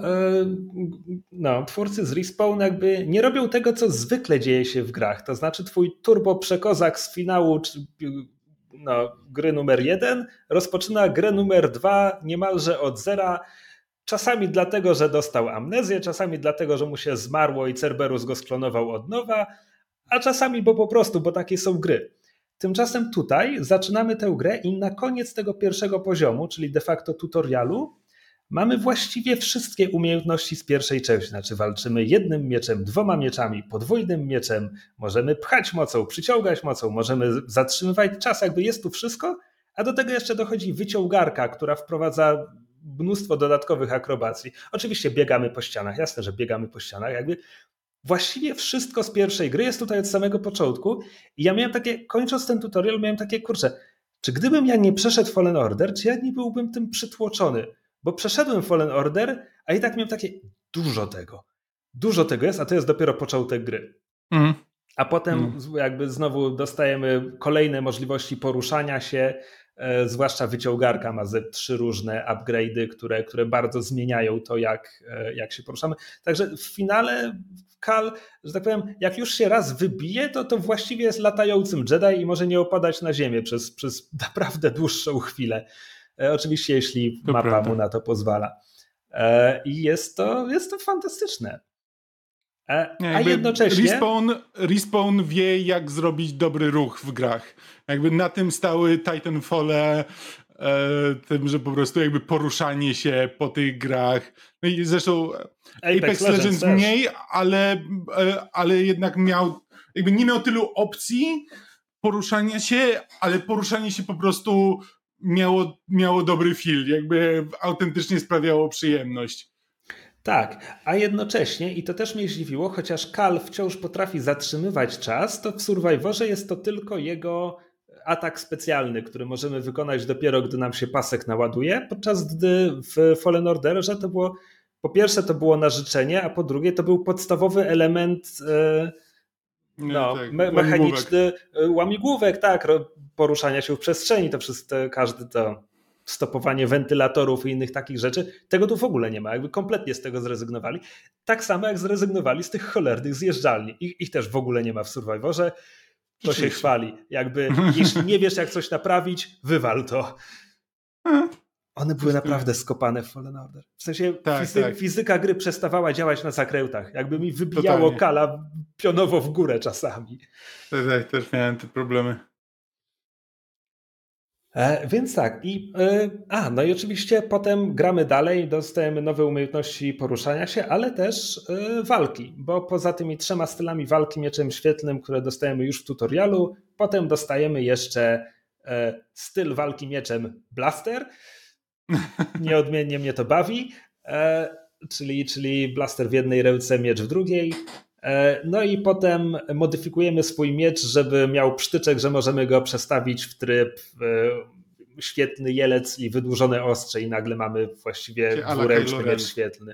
no, twórcy z Respawn jakby nie robią tego, co zwykle dzieje się w grach. To znaczy twój turbo przekozak z finału no, gry numer jeden, rozpoczyna grę numer dwa niemalże od zera. Czasami dlatego, że dostał amnezję, czasami dlatego, że mu się zmarło i Cerberus go sklonował od nowa, a czasami bo po prostu, bo takie są gry. Tymczasem tutaj zaczynamy tę grę i na koniec tego pierwszego poziomu, czyli de facto tutorialu, mamy właściwie wszystkie umiejętności z pierwszej części. Znaczy walczymy jednym mieczem, dwoma mieczami, podwójnym mieczem, możemy pchać mocą, przyciągać mocą, możemy zatrzymywać czas, jakby jest tu wszystko, a do tego jeszcze dochodzi wyciągarka, która wprowadza mnóstwo dodatkowych akrobacji. Oczywiście biegamy po ścianach, jasne, że biegamy po ścianach, jakby właściwie wszystko z pierwszej gry jest tutaj od samego początku i ja miałem takie, kończąc ten tutorial, miałem takie, kurczę, czy gdybym ja nie przeszedł Fallen Order, czy ja nie byłbym tym przytłoczony? Bo przeszedłem Fallen Order, a i tak miałem takie, dużo tego. Dużo tego jest, a to jest dopiero początek gry. Mm. A potem mm. jakby znowu dostajemy kolejne możliwości poruszania się, e, zwłaszcza wyciągarka ma ze trzy różne upgrade'y, które, które bardzo zmieniają to, jak, e, jak się poruszamy. Także w finale Kal, że tak powiem, jak już się raz wybije, to, to właściwie jest latającym Jedi i może nie opadać na ziemię przez, przez naprawdę dłuższą chwilę. E, oczywiście, jeśli to mapa prawda. mu na to pozwala. E, I jest to, jest to fantastyczne. E, a jednocześnie... Respawn, Respawn wie, jak zrobić dobry ruch w grach. Jakby na tym stały Titanfall, E, tym, że po prostu jakby poruszanie się po tych grach. No i zresztą Apex, Apex Legends, Legends mniej, ale, ale jednak miał, jakby nie miał tylu opcji poruszania się, ale poruszanie się po prostu miało, miało dobry feel, jakby autentycznie sprawiało przyjemność. Tak, a jednocześnie, i to też mnie zdziwiło, chociaż Kal wciąż potrafi zatrzymywać czas, to w Survivorze jest to tylko jego atak specjalny, który możemy wykonać dopiero, gdy nam się pasek naładuje, podczas gdy w Fallen Orderze to było, po pierwsze to było na życzenie, a po drugie to był podstawowy element e, no, Nie, tak, me- mechaniczny łamigłówek. łamigłówek, tak, poruszania się w przestrzeni, to przez te, każdy to stopowanie wentylatorów i innych takich rzeczy, tego tu w ogóle nie ma, jakby kompletnie z tego zrezygnowali. Tak samo jak zrezygnowali z tych cholernych zjeżdżalni. Ich, ich też w ogóle nie ma w Survivorze. To się chwali. Jakby, jeśli nie wiesz, jak coś naprawić, wywal to. One były naprawdę skopane w Fallen Order. W sensie tak, fizy- tak. fizyka gry przestawała działać na zakrętach. Jakby mi wybijało Totalnie. Kala pionowo w górę czasami. Tak, tak, też miałem te problemy. E, więc tak. I, e, a, no i oczywiście potem gramy dalej, dostajemy nowe umiejętności poruszania się, ale też e, walki, bo poza tymi trzema stylami walki mieczem świetlnym, które dostajemy już w tutorialu, potem dostajemy jeszcze e, styl walki mieczem blaster. Nieodmiennie mnie to bawi, e, czyli, czyli blaster w jednej ręce, miecz w drugiej. E, no i potem modyfikujemy swój miecz, żeby miał psztyczek, że możemy go przestawić w tryb e, świetny jelec i wydłużone ostrze i nagle mamy właściwie dwuręczny miecz świetlny.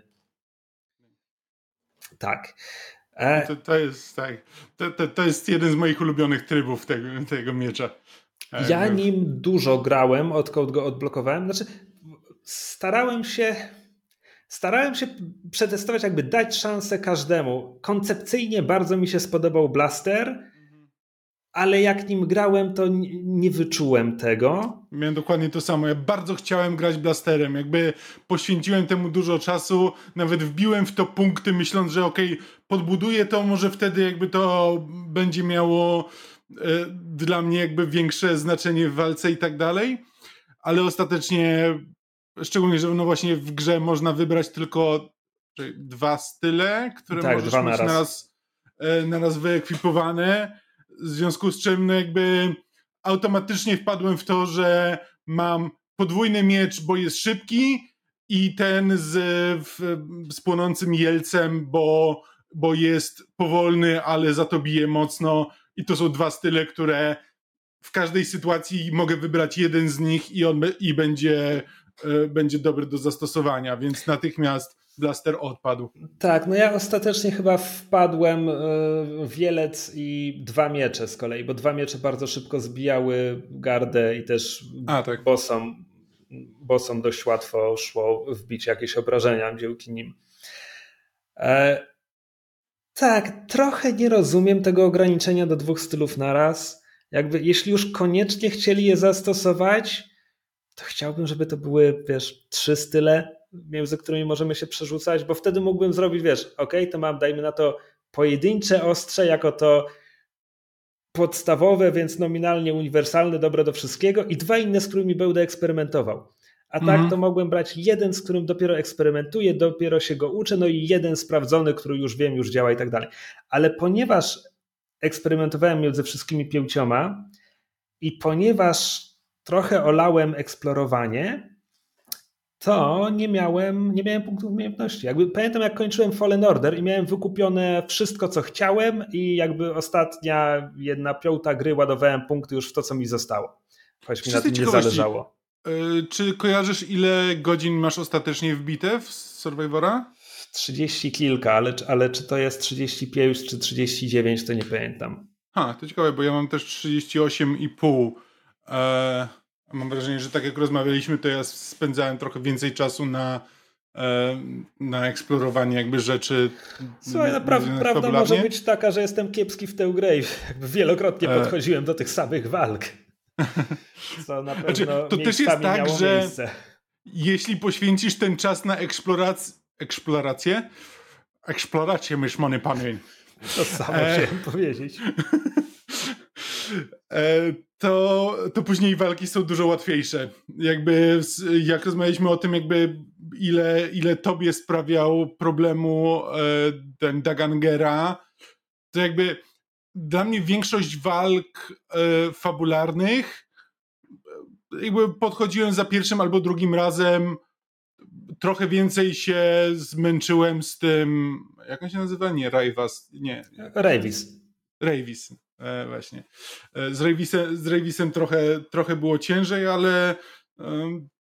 Tak. E, to, to jest tak. To, to, to jest jeden z moich ulubionych trybów tego, tego miecza. E, ja nim dużo grałem, odkąd go odblokowałem. Znaczy starałem się starałem się przetestować, jakby dać szansę każdemu. Koncepcyjnie bardzo mi się spodobał blaster, ale jak nim grałem, to nie wyczułem tego. Miałem dokładnie to samo. Ja bardzo chciałem grać blasterem. Jakby poświęciłem temu dużo czasu. Nawet wbiłem w to punkty, myśląc, że okej, okay, podbuduję to, może wtedy jakby to będzie miało e, dla mnie jakby większe znaczenie w walce i tak dalej. Ale ostatecznie, szczególnie, że no właśnie w grze można wybrać tylko dwa style, które tak, możesz mieć na raz, na raz wyekwipowane. W związku z czym no jakby automatycznie wpadłem w to, że mam podwójny miecz, bo jest szybki i ten z, w, z płonącym jelcem, bo, bo jest powolny, ale za to bije mocno. I to są dwa style, które w każdej sytuacji mogę wybrać jeden z nich i on i będzie, y, będzie dobry do zastosowania, więc natychmiast blaster odpadł. Tak, no ja ostatecznie chyba wpadłem w Wielec i dwa miecze z kolei, bo dwa miecze bardzo szybko zbijały gardę i też A, tak. bossom, bossom dość łatwo szło wbić jakieś obrażenia dzięki nim. E, tak, trochę nie rozumiem tego ograniczenia do dwóch stylów naraz. jakby jeśli już koniecznie chcieli je zastosować, to chciałbym, żeby to były, wiesz, trzy style, między którymi możemy się przerzucać, bo wtedy mógłbym zrobić, wiesz, ok, to mam, dajmy na to pojedyncze ostrze jako to podstawowe, więc nominalnie uniwersalne, dobre do wszystkiego i dwa inne, z którymi będę eksperymentował. A tak Mhm. to mogłem brać jeden, z którym dopiero eksperymentuję, dopiero się go uczę, no i jeden sprawdzony, który już wiem, już działa i tak dalej. Ale ponieważ eksperymentowałem między wszystkimi pięcioma i ponieważ trochę olałem eksplorowanie, to nie miałem, nie miałem punktów umiejętności. Jakby pamiętam, jak kończyłem Fallen Order i miałem wykupione wszystko, co chciałem i jakby ostatnia jedna piąta gry ładowałem punkty już w to, co mi zostało. Choć mi na tym nie zależało. Yy, czy kojarzysz, ile godzin masz ostatecznie wbite w Survivora? trzydzieści kilka, ale, ale czy to jest trzydzieści pięć czy trzydzieści dziewięć, to nie pamiętam. Ha, to ciekawe, bo ja mam też trzydzieści osiem i pół. Eee, mam wrażenie, że tak jak rozmawialiśmy, to ja spędzałem trochę więcej czasu na, e, na eksplorowanie jakby rzeczy. Słuchaj, no, pra- prawda może być taka, że jestem kiepski w tę grę i jakby wielokrotnie e... podchodziłem do tych samych walk. Co na pewno znaczy, to też jest tak, że miejsce. Jeśli poświęcisz ten czas na eksplorac- eksplorację, eksplorację myślony pamięć. To samo e... chciałem powiedzieć. To, to później walki są dużo łatwiejsze. Jakby jak rozmawialiśmy o tym, jakby ile, ile tobie sprawiał problemu ten Dagangera, to jakby dla mnie większość walk fabularnych jakby podchodziłem za pierwszym albo drugim razem, trochę więcej się zmęczyłem z tym, jak on się nazywa? Nie, Rayvas, nie. Rayvis. Rayvis, e, właśnie. E, z Rayvisem, z Rayvisem trochę, trochę było ciężej, ale e,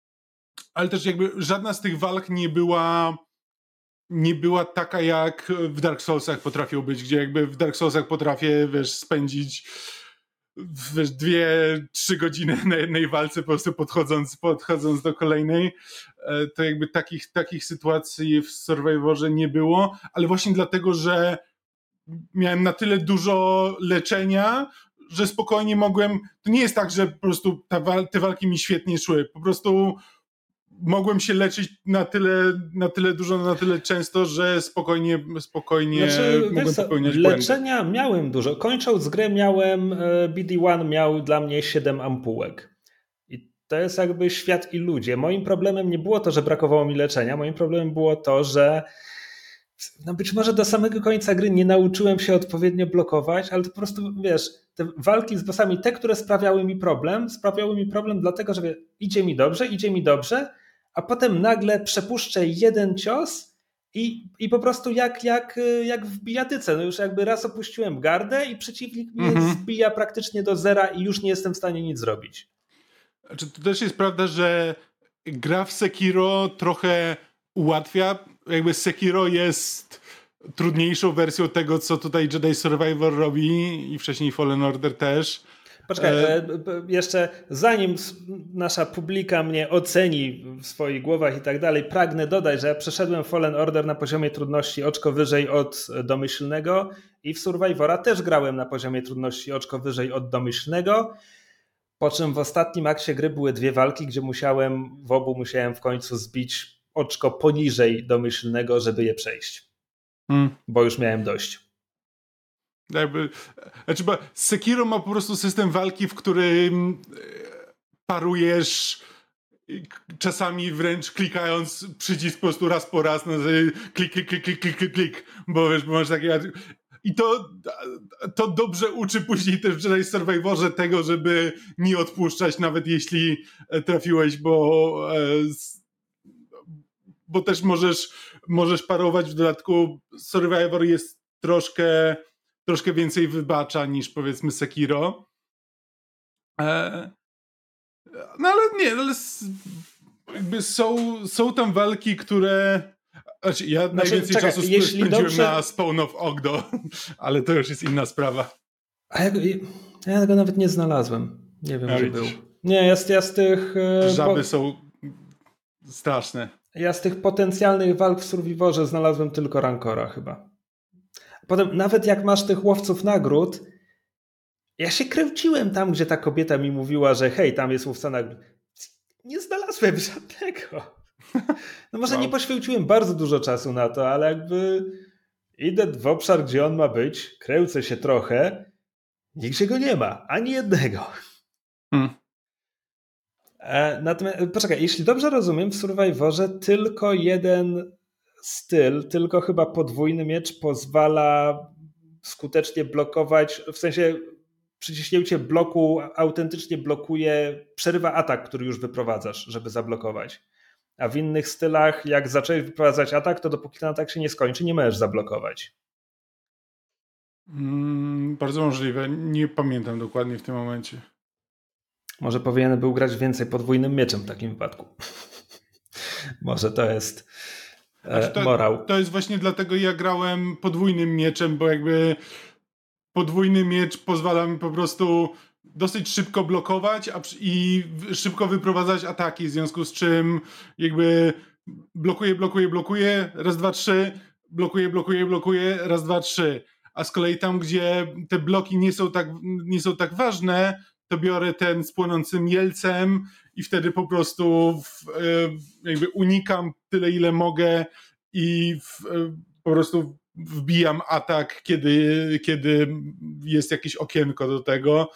ale też jakby żadna z tych walk nie była nie była taka, jak w Dark Soulsach potrafią być, gdzie jakby w Dark Soulsach potrafię, wiesz, spędzić wiesz, dwie, trzy godziny na jednej walce, po prostu podchodząc, podchodząc do kolejnej. E, to jakby takich, takich sytuacji w Survivorze nie było, ale właśnie dlatego, że miałem na tyle dużo leczenia, że spokojnie mogłem, to nie jest tak, że po prostu ta wal, te walki mi świetnie szły, po prostu mogłem się leczyć na tyle, na tyle dużo, na tyle często, że spokojnie, spokojnie znaczy, mogłem wiesz, popełniać leczenia błędy. Miałem dużo. Kończąc grę miałem, B D jeden miał dla mnie siedem ampułek. I to jest jakby świat i ludzie. Moim problemem nie było to, że brakowało mi leczenia, moim problemem było to, że no być może do samego końca gry nie nauczyłem się odpowiednio blokować, ale to po prostu, wiesz, te walki z bossami, te, które sprawiały mi problem, sprawiały mi problem dlatego, że wie, idzie mi dobrze, idzie mi dobrze, a potem nagle przepuszczę jeden cios i, i po prostu jak, jak, jak w bijatyce. No już jakby raz opuściłem gardę i przeciwnik mnie mhm. zbija praktycznie do zera i już nie jestem w stanie nic zrobić. Znaczy, to też jest prawda, że gra w Sekiro trochę ułatwia. Jakby Sekiro jest trudniejszą wersją tego, co tutaj Jedi Survivor robi i wcześniej Fallen Order też. Poczekaj, e... jeszcze zanim nasza publika mnie oceni w swoich głowach i tak dalej, pragnę dodać, że ja przeszedłem Fallen Order na poziomie trudności oczko wyżej od domyślnego i w Survivora też grałem na poziomie trudności oczko wyżej od domyślnego, po czym w ostatnim akcie gry były dwie walki, gdzie musiałem, w obu musiałem w końcu zbić oczko poniżej domyślnego, żeby je przejść. Hmm. Bo już miałem dość. Jakby, znaczy, bo Sekiro ma po prostu system walki, w którym parujesz czasami wręcz klikając przycisk po prostu raz po raz, no, klik, klik, klik, klik, klik, klik, bo wiesz, bo masz takie... I to, to dobrze uczy później też w Jedi Survivorze tego, żeby nie odpuszczać, nawet jeśli trafiłeś, bo bo też możesz, możesz parować. W dodatku Survivor jest troszkę troszkę więcej wybacza niż powiedzmy Sekiro. E, no ale nie, ale jakby są, są tam walki, które... Znaczy, ja znaczy, najwięcej czekaj, czasu spędziłem dobrze... na Spawn of Ogdo, ale to już jest inna sprawa. A ja, ja tego nawet nie znalazłem. Nie wiem, gdzie był. Nie, jest ja z tych... Żaby po... są straszne. Ja z tych potencjalnych walk w Survivorze znalazłem tylko Rancora chyba. Potem nawet jak masz tych łowców nagród, Ja się kręciłem tam, gdzie ta kobieta mi mówiła, że hej, tam jest łowca nagród. Nie znalazłem żadnego. No może wow. nie poświęciłem bardzo dużo czasu na to, ale jakby idę w obszar, gdzie on ma być, kręcę się trochę, nigdzie go nie ma, ani jednego. Hmm. Natomiast, poczekaj, jeśli dobrze rozumiem, w Survivorze tylko jeden styl, tylko chyba podwójny miecz pozwala skutecznie blokować, w sensie przyciśnięcie bloku autentycznie blokuje, przerywa atak, który już wyprowadzasz, żeby zablokować. A w innych stylach, jak zacząłeś wyprowadzać atak, to dopóki ten atak się nie skończy, nie możesz zablokować. Mm, bardzo możliwe. Nie pamiętam dokładnie w tym momencie. Może powinien był grać więcej podwójnym mieczem w takim wypadku. Może to jest e, znaczy to, morał. To jest właśnie dlatego ja grałem podwójnym mieczem, bo jakby podwójny miecz pozwala mi po prostu dosyć szybko blokować a, i szybko wyprowadzać ataki, w związku z czym jakby blokuje, blokuje, blokuje, raz, dwa, trzy, blokuje, blokuje, blokuje, raz, dwa, trzy. A z kolei tam, gdzie te bloki nie są tak, nie są tak ważne, to biorę ten z płonącym jelcem i wtedy po prostu w, jakby unikam tyle, ile mogę i w, po prostu wbijam atak, kiedy, kiedy jest jakieś okienko do tego.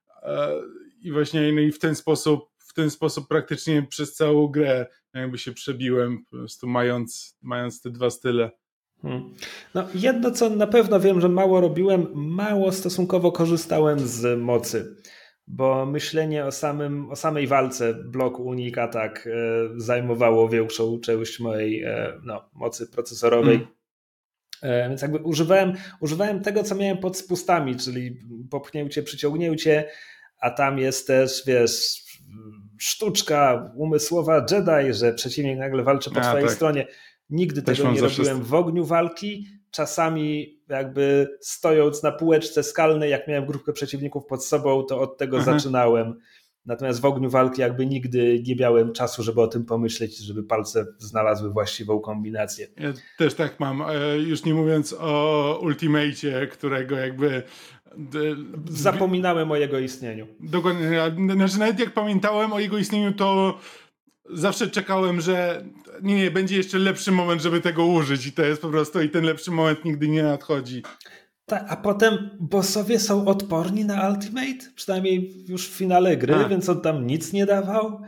I właśnie no i w ten sposób w ten sposób praktycznie przez całą grę jakby się przebiłem, po prostu mając, mając te dwa style. Hmm. No, jedno, co na pewno wiem, że mało robiłem, mało stosunkowo korzystałem z mocy, bo myślenie o, samym, o samej walce, blok, unik, atak e, zajmowało większą część mojej e, no, mocy procesorowej. Hmm. E, więc jakby używałem, używałem tego, co miałem pod spustami, czyli popchnięcie, przyciągnięcie, a tam jest też, wiesz, sztuczka umysłowa Jedi, że przeciwnik nagle walczy po a, twojej tak. stronie. Nigdy Też tego nie robiłem w ogniu walki. Czasami jakby stojąc na półeczce skalnej, jak miałem grupkę przeciwników pod sobą, to od tego Aha. zaczynałem. Natomiast w ogniu walki jakby nigdy nie miałem czasu, żeby o tym pomyśleć, żeby palce znalazły właściwą kombinację. Ja też tak mam. Już nie mówiąc o Ultimate'cie, którego jakby... Zapominałem o jego istnieniu. Dokładnie. Znaczy nawet jak pamiętałem o jego istnieniu, to zawsze czekałem, że nie, nie, będzie jeszcze lepszy moment, żeby tego użyć i to jest po prostu i ten lepszy moment nigdy nie nadchodzi. Tak, a potem bossowie są odporni na Ultimate, przynajmniej już w finale gry, a. więc on tam nic nie dawał,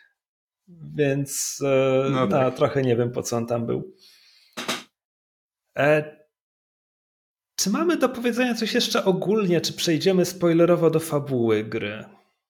więc e, no, no tak. trochę nie wiem, po co on tam był. E, czy mamy do powiedzenia coś jeszcze ogólnie, czy przejdziemy spoilerowo do fabuły gry?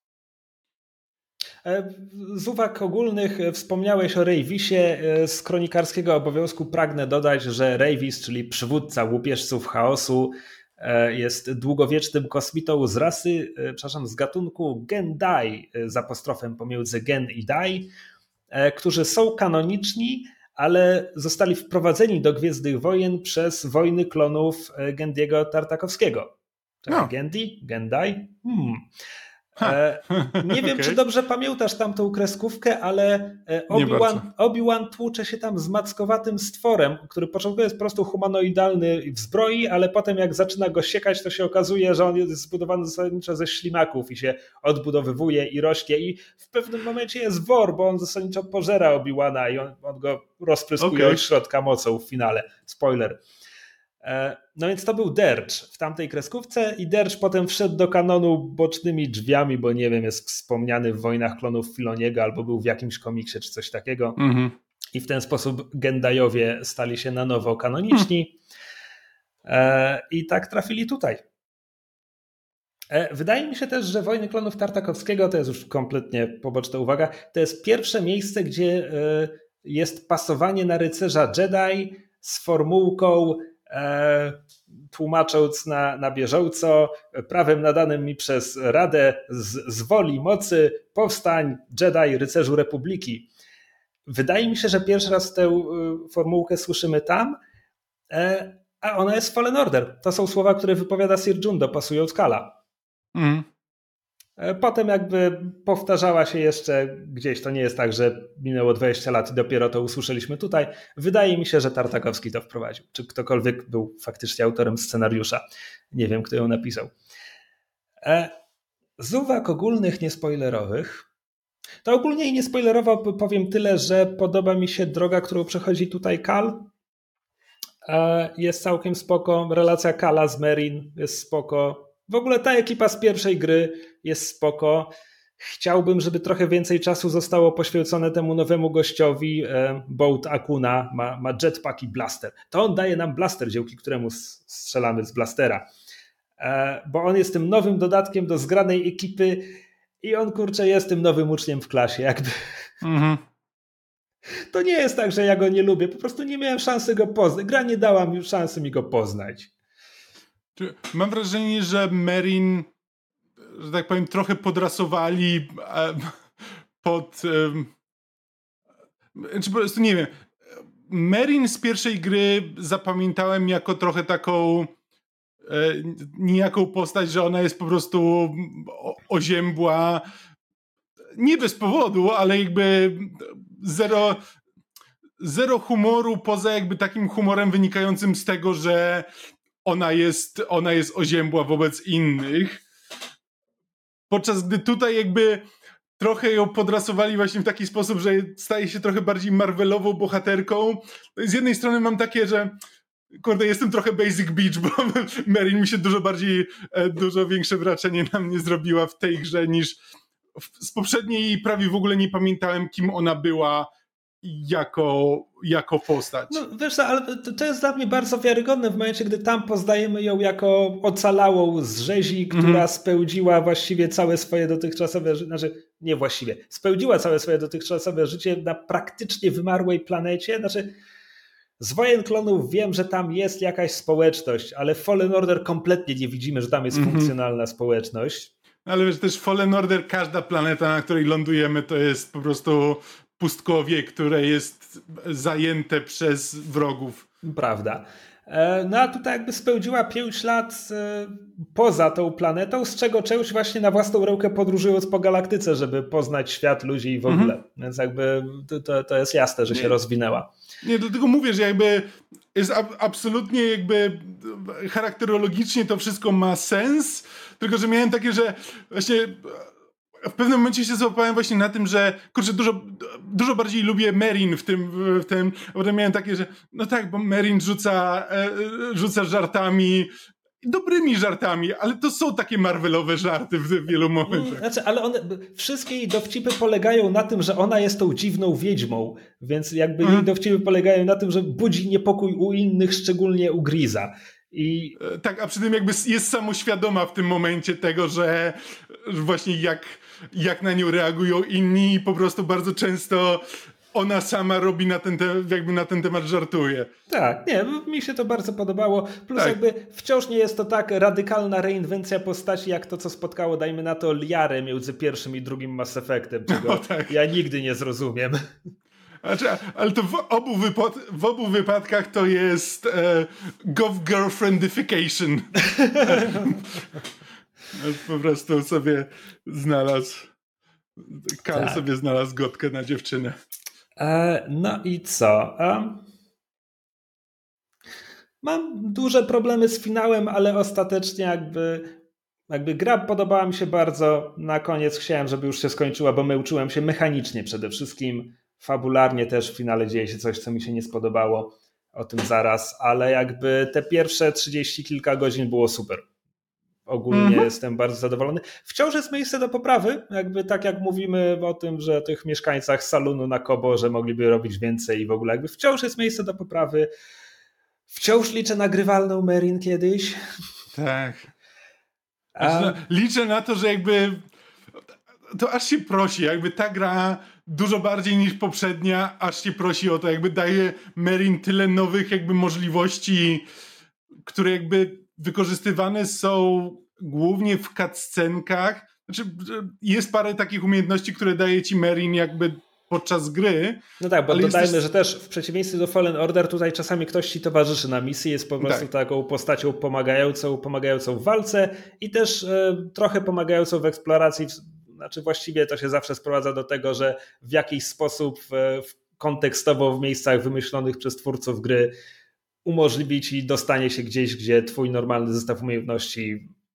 Z uwag ogólnych wspomniałeś o Rejvisie. Z kronikarskiego obowiązku pragnę dodać, że Rejvis, czyli przywódca łupieżców chaosu, jest długowiecznym kosmitą z rasy, przepraszam, z gatunku Gendai z apostrofem pomiędzy Gen i Dai, którzy są kanoniczni, ale zostali wprowadzeni do Gwiezdnych Wojen przez wojny klonów Gendiego Tartakowskiego. No. Gendi? Gendai? Hmm. E, nie wiem, okay. czy dobrze pamiętasz tamtą kreskówkę, ale Obi-Wan, Obi-Wan tłucze się tam z mackowatym stworem, który początkowo jest po prostu humanoidalny w zbroi, ale potem jak zaczyna go siekać, to się okazuje, że on jest zbudowany zasadniczo ze ślimaków i się odbudowywuje i rośnie i w pewnym momencie jest wor, bo on zasadniczo pożera Obi-Wana i on, on go rozpryskuje okay. od środka mocą w finale. Spoiler. No więc to był Dercz w tamtej kreskówce i Dercz potem wszedł do kanonu bocznymi drzwiami, bo nie wiem, jest wspomniany w Wojnach Klonów Filoniego albo był w jakimś komiksie czy coś takiego. Mm-hmm. I w ten sposób Gendajowie stali się na nowo kanoniczni mm. i tak trafili tutaj. Wydaje mi się też, że Wojny Klonów Tartakowskiego, to jest już kompletnie poboczna uwaga, to jest pierwsze miejsce, gdzie jest pasowanie na rycerza Jedi z formułką E, tłumacząc na, na bieżąco prawem nadanym mi przez Radę z, z woli mocy powstań Jedi Rycerzu Republiki. Wydaje mi się, że pierwszy raz tę formułkę słyszymy tam, e, a ona jest Fallen Order. To są słowa, które wypowiada Sir Jundo, pasując Kala. Mm. Potem jakby powtarzała się jeszcze gdzieś, to nie jest tak, że minęło dwadzieścia lat i dopiero to usłyszeliśmy tutaj. Wydaje mi się, że Tartakowski to wprowadził. Czy ktokolwiek był faktycznie autorem scenariusza. Nie wiem, kto ją napisał. Z uwag ogólnych, niespoilerowych, to ogólnie i niespoilerowo powiem tyle, że podoba mi się droga, którą przechodzi tutaj Cal. Jest całkiem spoko. Relacja Cala z Merrin jest spoko. W ogóle ta ekipa z pierwszej gry jest spoko. Chciałbym, żeby trochę więcej czasu zostało poświęcone temu nowemu gościowi. Boat Akuna ma, ma jetpack i blaster. To on daje nam blaster, dzięki któremu strzelamy z blastera. Bo on jest tym nowym dodatkiem do zgranej ekipy i on, kurczę, jest tym nowym uczniem w klasie. Jakby. Mhm. To nie jest tak, że ja go nie lubię. Po prostu nie miałem szansy go poznać. Gra nie dała mi szansy mi go poznać. Mam wrażenie, że Merrin, że tak powiem, trochę podrasowali pod... Czy po prostu nie wiem. Merrin z pierwszej gry zapamiętałem jako trochę taką nijaką postać, że ona jest po prostu oziębła. Nie bez powodu, ale jakby zero, zero humoru, poza jakby takim humorem wynikającym z tego, że ona jest, ona jest oziębła wobec innych. Podczas gdy tutaj jakby trochę ją podrasowali właśnie w taki sposób, że staje się trochę bardziej Marvelową bohaterką. Z jednej strony mam takie, że kurde, jestem trochę basic bitch, bo Merrin mi się dużo bardziej, dużo większe wrażenie na mnie zrobiła w tej grze niż z poprzedniej. Prawie w ogóle nie pamiętałem, kim ona była jako, jako postać. No wiesz co, ale to, to jest dla mnie bardzo wiarygodne w momencie, gdy tam poznajemy ją jako ocalałą z rzezi, która mm. spełdziła właściwie całe swoje dotychczasowe życie, znaczy nie właściwie, spełdziła całe swoje dotychczasowe życie na praktycznie wymarłej planecie, znaczy z Wojen Klonów wiem, że tam jest jakaś społeczność, ale w Fallen Order kompletnie nie widzimy, że tam jest mm-hmm. funkcjonalna społeczność. Ale wiesz, też Fallen Order, każda planeta, na której lądujemy, to jest po prostu pustkowie, które jest zajęte przez wrogów. Prawda. No a tutaj jakby spełdziła pięć lat poza tą planetą, z czego część właśnie na własną rękę podróżując po galaktyce, żeby poznać świat, ludzi i w ogóle. Mhm. Więc jakby to, to jest jasne, że się nie. rozwinęła. Nie, dlatego mówię, że jakby jest ab- absolutnie jakby charakterologicznie to wszystko ma sens, tylko że miałem takie, że właśnie w pewnym momencie się złapałem właśnie na tym, że kurczę, dużo, dużo bardziej lubię Merrin w tym, w tym, a potem miałem takie, że no tak, bo Merrin rzuca, e, rzuca żartami, dobrymi żartami, ale to są takie Marvelowe żarty w wielu momentach. Znaczy, ale one, wszystkie jej dowcipy polegają na tym, że ona jest tą dziwną wiedźmą, więc jakby hmm. jej dowcipy polegają na tym, że budzi niepokój u innych, szczególnie u Greeza. I... Tak, a przy tym jakby jest samoświadoma w tym momencie tego, że właśnie jak, jak na nią reagują inni i po prostu bardzo często ona sama robi na ten, te, jakby na ten temat żartuje. Tak, nie, mi się to bardzo podobało. Plus tak. jakby wciąż nie jest to tak radykalna reinwencja postaci, jak to, co spotkało, dajmy na to, Liarę między pierwszym i drugim Mass Effectem, czego no, tak. ja nigdy nie zrozumiem. Znaczy, ale to w obu, wypad- w obu wypadkach to jest e, gov girlfriendification. Po prostu sobie znalazł Cal tak. sobie znalazł gotkę na dziewczynę. E, no i co? E, mam duże problemy z finałem, ale ostatecznie jakby, jakby gra podobała mi się bardzo. Na koniec chciałem, żeby już się skończyła, bo męczyłem się mechanicznie przede wszystkim. Fabularnie też w finale dzieje się coś, co mi się nie spodobało. O tym zaraz, ale jakby te pierwsze trzydzieści kilka godzin było super. Ogólnie mm-hmm. jestem bardzo zadowolony. Wciąż jest miejsce do poprawy, jakby tak jak mówimy o tym, że tych mieszkańcach salonu na Kobo, że mogliby robić więcej i w ogóle jakby wciąż jest miejsce do poprawy. Wciąż liczę na grywalną Merrin kiedyś. Tak. A... Liczę na to, że jakby to aż się prosi, jakby ta gra dużo bardziej niż poprzednia, aż się prosi o to, jakby daje Merrin tyle nowych jakby możliwości, które jakby wykorzystywane są głównie w cutscenkach. Znaczy, jest parę takich umiejętności, które daje ci Merrin jakby podczas gry. No tak, bo dodajmy, też... że też w przeciwieństwie do Fallen Order tutaj czasami ktoś ci towarzyszy na misji, jest po prostu tak. taką postacią pomagającą, pomagającą w walce i też e, trochę pomagającą w eksploracji. Znaczy właściwie to się zawsze sprowadza do tego, że w jakiś sposób e, kontekstowo w miejscach wymyślonych przez twórców gry umożliwi ci dostanie się gdzieś, gdzie twój normalny zestaw umiejętności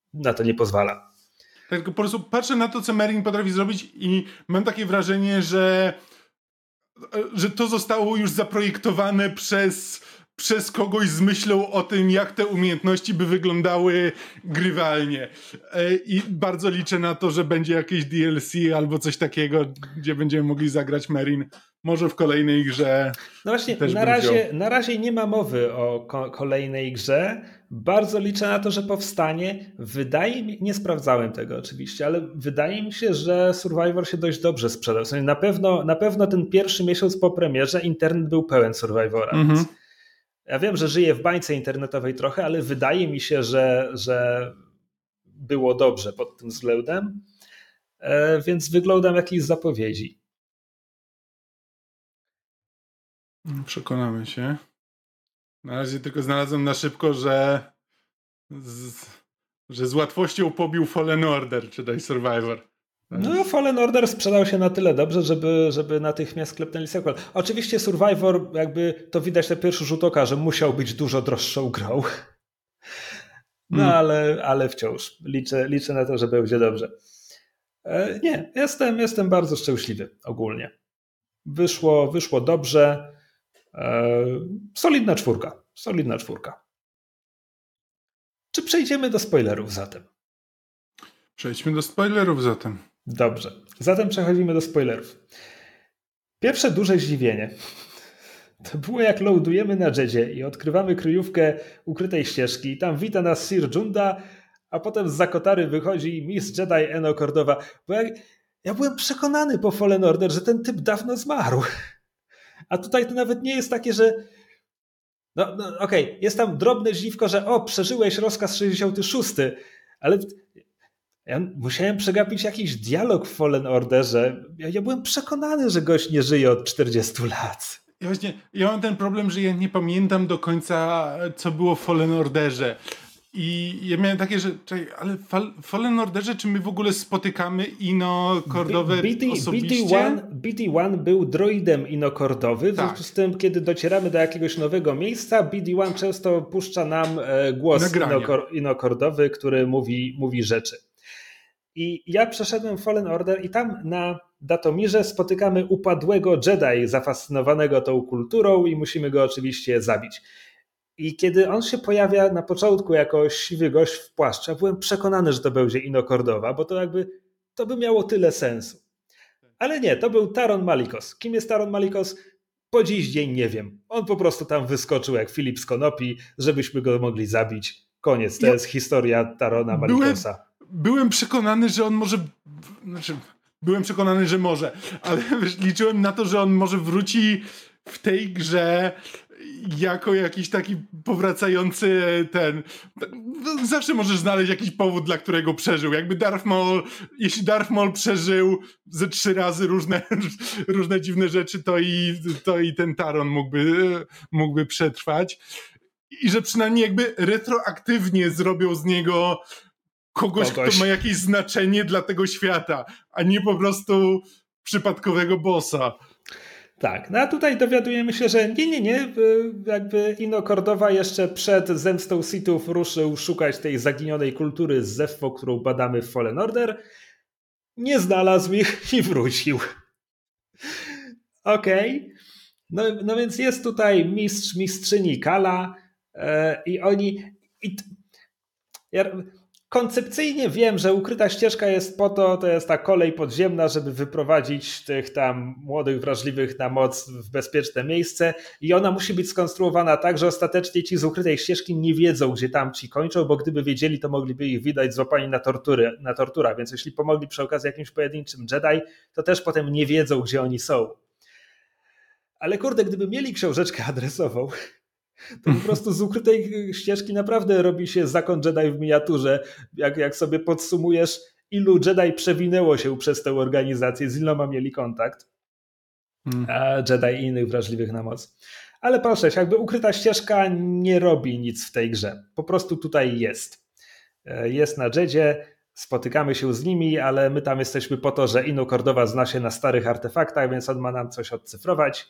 na to nie pozwala. Tak, tylko po prostu patrzę na to, co Merrin potrafi zrobić i mam takie wrażenie, że, że to zostało już zaprojektowane przez, przez kogoś z myślą o tym, jak te umiejętności by wyglądały grywalnie. I bardzo liczę na to, że będzie jakieś D L C albo coś takiego, gdzie będziemy mogli zagrać Merrin. Może w kolejnej grze. No właśnie, też na razie, na razie nie ma mowy o ko- kolejnej grze. Bardzo liczę na to, że powstanie. Wydaje mi nie sprawdzałem tego oczywiście, ale wydaje mi się, że Survivor się dość dobrze sprzedał. W sensie na pewno, na pewno ten pierwszy miesiąc po premierze internet był pełen Survivora. Mhm. Więc ja wiem, że żyję w bańce internetowej trochę, ale wydaje mi się, że, że było dobrze pod tym względem. E, więc wyglądam jakichś zapowiedzi. Przekonamy się. Na razie tylko znalazłem na szybko, że z, że z łatwością pobił Fallen Order, czy daj Survivor. No, Fallen Order sprzedał się na tyle dobrze, żeby, żeby natychmiast klepnęli sequel. Oczywiście Survivor, jakby to widać na pierwszy rzut oka, że musiał być dużo droższą grą. No, mm. ale, ale wciąż liczę, liczę na to, że będzie dobrze. E, nie, jestem, jestem bardzo szczęśliwy ogólnie. Wyszło, wyszło dobrze. E, solidna czwórka. Solidna czwórka. Czy przejdziemy do spoilerów zatem? Przejdźmy do spoilerów zatem. Dobrze. Zatem przechodzimy do spoilerów. Pierwsze duże zdziwienie to było, jak loadujemy na Jedzie i odkrywamy kryjówkę ukrytej ścieżki i tam wita nas Sir Junda, a potem z zakotary wychodzi Miss Jedi Eno Cordowa. Bo ja, ja byłem przekonany po Fallen Order, że ten typ dawno zmarł. A tutaj to nawet nie jest takie, że no, no okej, okay, jest tam drobne dziwko, że o, przeżyłeś rozkaz sześćdziesiąty szósty, ale ja musiałem przegapić jakiś dialog w Fallen Orderze. Ja, ja byłem przekonany, że gość nie żyje od czterdziestu lat. Ja właśnie, ja mam ten problem, że ja nie pamiętam do końca, co było w Fallen Orderze. I ja miałem takie, że czekaj, ale w Fallen Orderze czy my w ogóle spotykamy Ino Cordowe osobiście? B D jeden był droidem Ino Cordowy, w tak. związku z tym, kiedy docieramy do jakiegoś nowego miejsca, B D jeden często puszcza nam głos Ino, Ino Cordowy, który mówi, mówi rzeczy. I ja przeszedłem Fallen Order i tam na Datomirze spotykamy upadłego Jedi zafascynowanego tą kulturą i musimy go oczywiście zabić. I kiedy on się pojawia na początku jako siwy gość w płaszczu, ja byłem przekonany, że to będzie Ino Cordowa, bo to jakby to by miało tyle sensu. Ale nie, to był Taron Malicos. Kim jest Taron Malicos? Po dziś dzień nie wiem. On po prostu tam wyskoczył jak Filip z Konopi, żebyśmy go mogli zabić. Koniec, to ja jest historia Tarona Malicosa. Byłem, byłem przekonany, że on może... Znaczy, byłem przekonany, że może, ale liczyłem na to, że on może wróci w tej grze jako jakiś taki powracający ten... Zawsze możesz znaleźć jakiś powód, dla którego przeżył. Jakby Darth Maul, jeśli Darth Maul przeżył ze trzy razy różne, różne dziwne rzeczy, to i, to i ten Taron mógłby, mógłby przetrwać. I że przynajmniej jakby retroaktywnie zrobią z niego kogoś, kogoś, kto ma jakieś znaczenie dla tego świata, a nie po prostu przypadkowego bossa. Tak, no a tutaj dowiadujemy się, że nie, nie, nie, jakby Ino Cordowa jeszcze przed zemstą Sithów ruszył szukać tej zaginionej kultury z Zeffo, którą badamy w Fallen Order. Nie znalazł ich i wrócił. Okej. Okay. No, no więc jest tutaj mistrz, mistrzyni Kala yy, i oni... I t... ja... Koncepcyjnie wiem, że ukryta ścieżka jest po to, to jest ta kolej podziemna, żeby wyprowadzić tych tam młodych, wrażliwych na moc w bezpieczne miejsce i ona musi być skonstruowana tak, że ostatecznie ci z ukrytej ścieżki nie wiedzą, gdzie tam ci kończą, bo gdyby wiedzieli, to mogliby ich widać złapani na, tortury, na torturach, więc jeśli pomogli przy okazji jakimś pojedynczym Jedi, to też potem nie wiedzą, gdzie oni są. Ale kurde, gdyby mieli książeczkę adresową, to po prostu z ukrytej ścieżki naprawdę robi się zakon Jedi w miniaturze. Jak, jak sobie podsumujesz, ilu Jedi przewinęło się przez tę organizację, z iloma mieli kontakt. Hmm. A Jedi i innych wrażliwych na moc. Ale proszę, jakby ukryta ścieżka nie robi nic w tej grze. Po prostu tutaj jest. Jest na Jedzie, spotykamy się z nimi, ale my tam jesteśmy po to, że Ino Cordowa zna się na starych artefaktach, więc on ma nam coś odcyfrować.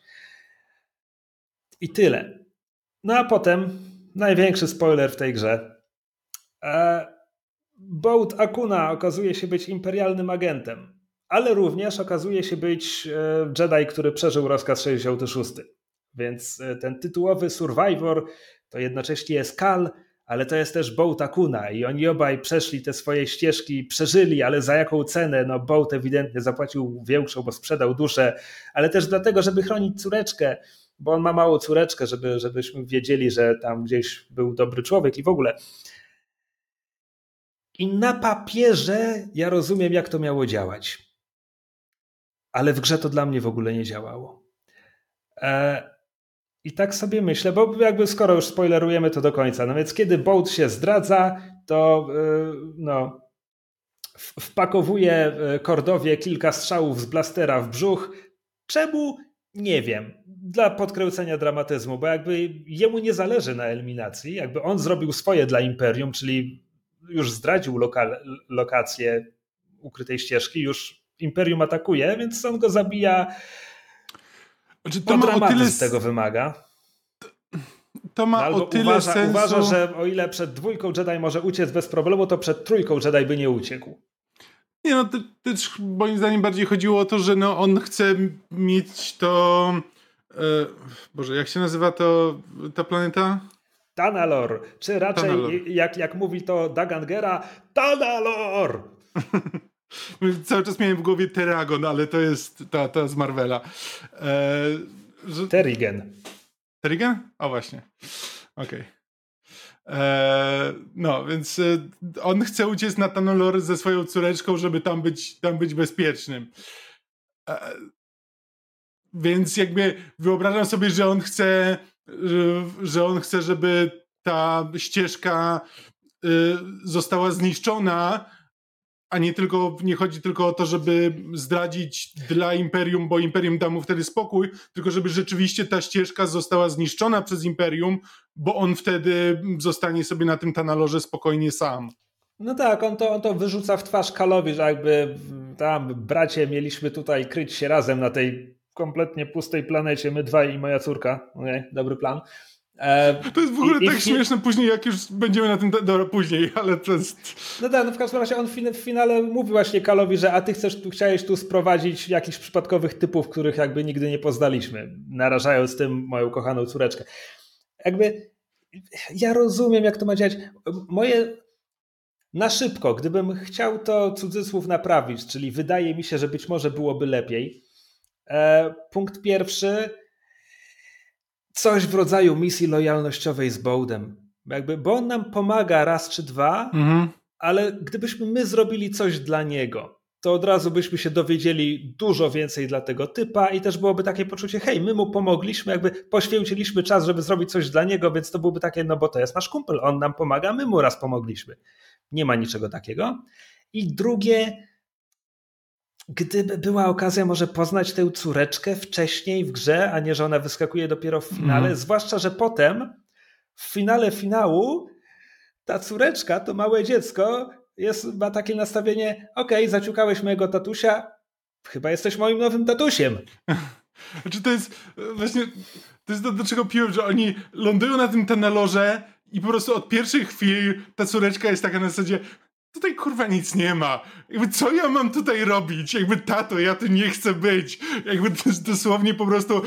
I tyle. No a potem największy spoiler w tej grze. Boat Akuna okazuje się być imperialnym agentem, ale również okazuje się być Jedi, który przeżył rozkaz sześćdziesiąty szósty. Więc ten tytułowy Survivor to jednocześnie jest Kal, ale to jest też Boat Akuna i oni obaj przeszli te swoje ścieżki, przeżyli, ale za jaką cenę? No Boat ewidentnie zapłacił większą, bo sprzedał duszę, ale też dlatego, żeby chronić córeczkę, bo on ma małą córeczkę, żeby, żebyśmy wiedzieli, że tam gdzieś był dobry człowiek i w ogóle. I na papierze ja rozumiem, jak to miało działać. Ale w grze to dla mnie w ogóle nie działało. E, I tak sobie myślę, bo jakby skoro już spoilerujemy to do końca, no więc kiedy Boat się zdradza, to yy, no, wpakowuje Kordowie kilka strzałów z blastera w brzuch. Czemu? Nie wiem. Dla podkręcenia dramatyzmu, bo jakby jemu nie zależy na eliminacji, jakby on zrobił swoje dla Imperium, czyli już zdradził loka- lokację ukrytej ścieżki, już Imperium atakuje, więc on go zabija. Znaczy, to dramatyzm tyle... z tego wymaga. To ma no, o tyle uważa, sensu... Uważa, że o ile przed dwójką Jedi może uciec bez problemu, to przed trójką Jedi by nie uciekł. Nie no, też moim zdaniem bardziej chodziło o to, że no on chce mieć to... E, Boże, jak się nazywa to ta planeta? Tanalor, czy raczej Tanalor. Jak, jak mówi to Dagan Gera, Tanalor! Cały czas miałem w głowie Teragon, ale to jest ta, ta z Marvela. E, że... Terrigen. Terrigen? O właśnie. Okej. Okay. No, więc e, on chce uciec na Tanalor ze swoją córeczką, żeby tam być, tam być bezpiecznym. E, więc jakby wyobrażam sobie, że on chce, że, że on chce, żeby ta ścieżka y, została zniszczona, a nie tylko, nie chodzi tylko o to, żeby zdradzić dla Imperium, bo Imperium da mu wtedy spokój, tylko żeby rzeczywiście ta ścieżka została zniszczona przez Imperium, bo on wtedy zostanie sobie na tym Tanalorze spokojnie sam. No tak, on to, on to wyrzuca w twarz Kalowi, że jakby tam bracie mieliśmy tutaj kryć się razem na tej kompletnie pustej planecie, my dwaj i moja córka. Okay, dobry plan. To jest w ogóle I, tak i śmieszne później, jak już będziemy na tym, dobra, później, ale to jest... No tak, no w każdym razie on w finale mówi właśnie Kalowi, że a ty chcesz, tu, chciałeś tu sprowadzić jakichś przypadkowych typów, których jakby nigdy nie poznaliśmy, narażając tym moją kochaną córeczkę. Jakby ja rozumiem, jak to ma działać. Moje na szybko, gdybym chciał to cudzysłów naprawić, czyli wydaje mi się, że być może byłoby lepiej. E, punkt pierwszy, coś w rodzaju misji lojalnościowej z Bołdem. Jakby, bo on nam pomaga raz czy dwa, mhm. ale gdybyśmy my zrobili coś dla niego, to od razu byśmy się dowiedzieli dużo więcej dla tego typa i też byłoby takie poczucie, hej, my mu pomogliśmy, jakby poświęciliśmy czas, żeby zrobić coś dla niego, więc to byłoby takie, no bo to jest nasz kumpel, on nam pomaga, my mu raz pomogliśmy. Nie ma niczego takiego. I drugie, gdyby była okazja może poznać tę córeczkę wcześniej w grze, a nie, że ona wyskakuje dopiero w finale, mm. zwłaszcza, że potem w finale finału ta córeczka, to małe dziecko jest, ma takie nastawienie, okej, okay, zaciukałeś mojego tatusia, chyba jesteś moim nowym tatusiem. Znaczy to jest właśnie, to jest do, do czego piłem, że oni lądują na tym Tanalorze i po prostu od pierwszych chwil ta córeczka jest taka na zasadzie, tutaj kurwa nic nie ma. Jakby co ja mam tutaj robić? Jakby tato, ja tu nie chcę być. Jakby to jest dosłownie po prostu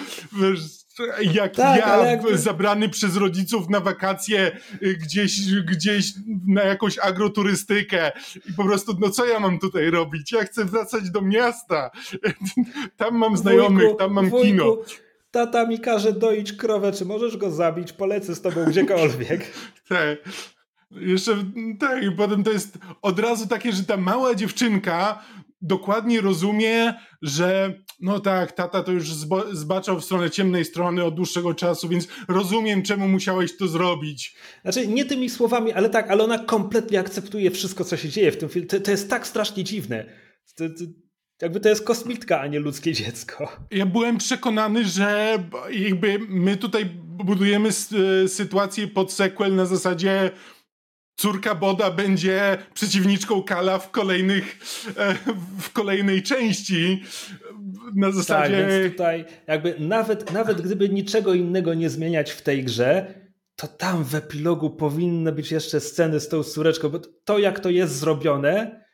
jak tak, ja jakby... zabrany przez rodziców na wakacje gdzieś, gdzieś na jakąś agroturystykę i po prostu no co ja mam tutaj robić? Ja chcę wracać do miasta. Tam mam znajomych, wujku, tam mam wujku. Kino. Tata mi każe doić krowę, czy możesz go zabić? Polecę z tobą gdziekolwiek. Tak. Jeszcze tak, i potem to jest od razu takie, że ta mała dziewczynka dokładnie rozumie, że no tak, tata to już zbo- zbaczał w stronę ciemnej strony od dłuższego czasu, więc rozumiem, czemu musiałeś to zrobić. Znaczy, nie tymi słowami, ale tak, ale ona kompletnie akceptuje wszystko, co się dzieje w tym filmie. To, to jest tak strasznie dziwne. To, to, jakby to jest kosmitka, a nie ludzkie dziecko. Ja byłem przekonany, że jakby my tutaj budujemy sytuację pod sequel na zasadzie córka Boda będzie przeciwniczką Kala w kolejnych w kolejnej części. Na zasadzie... Tak, więc tutaj jakby nawet, nawet gdyby niczego innego nie zmieniać w tej grze, to tam w epilogu powinny być jeszcze sceny z tą córeczką, bo to jak to jest zrobione,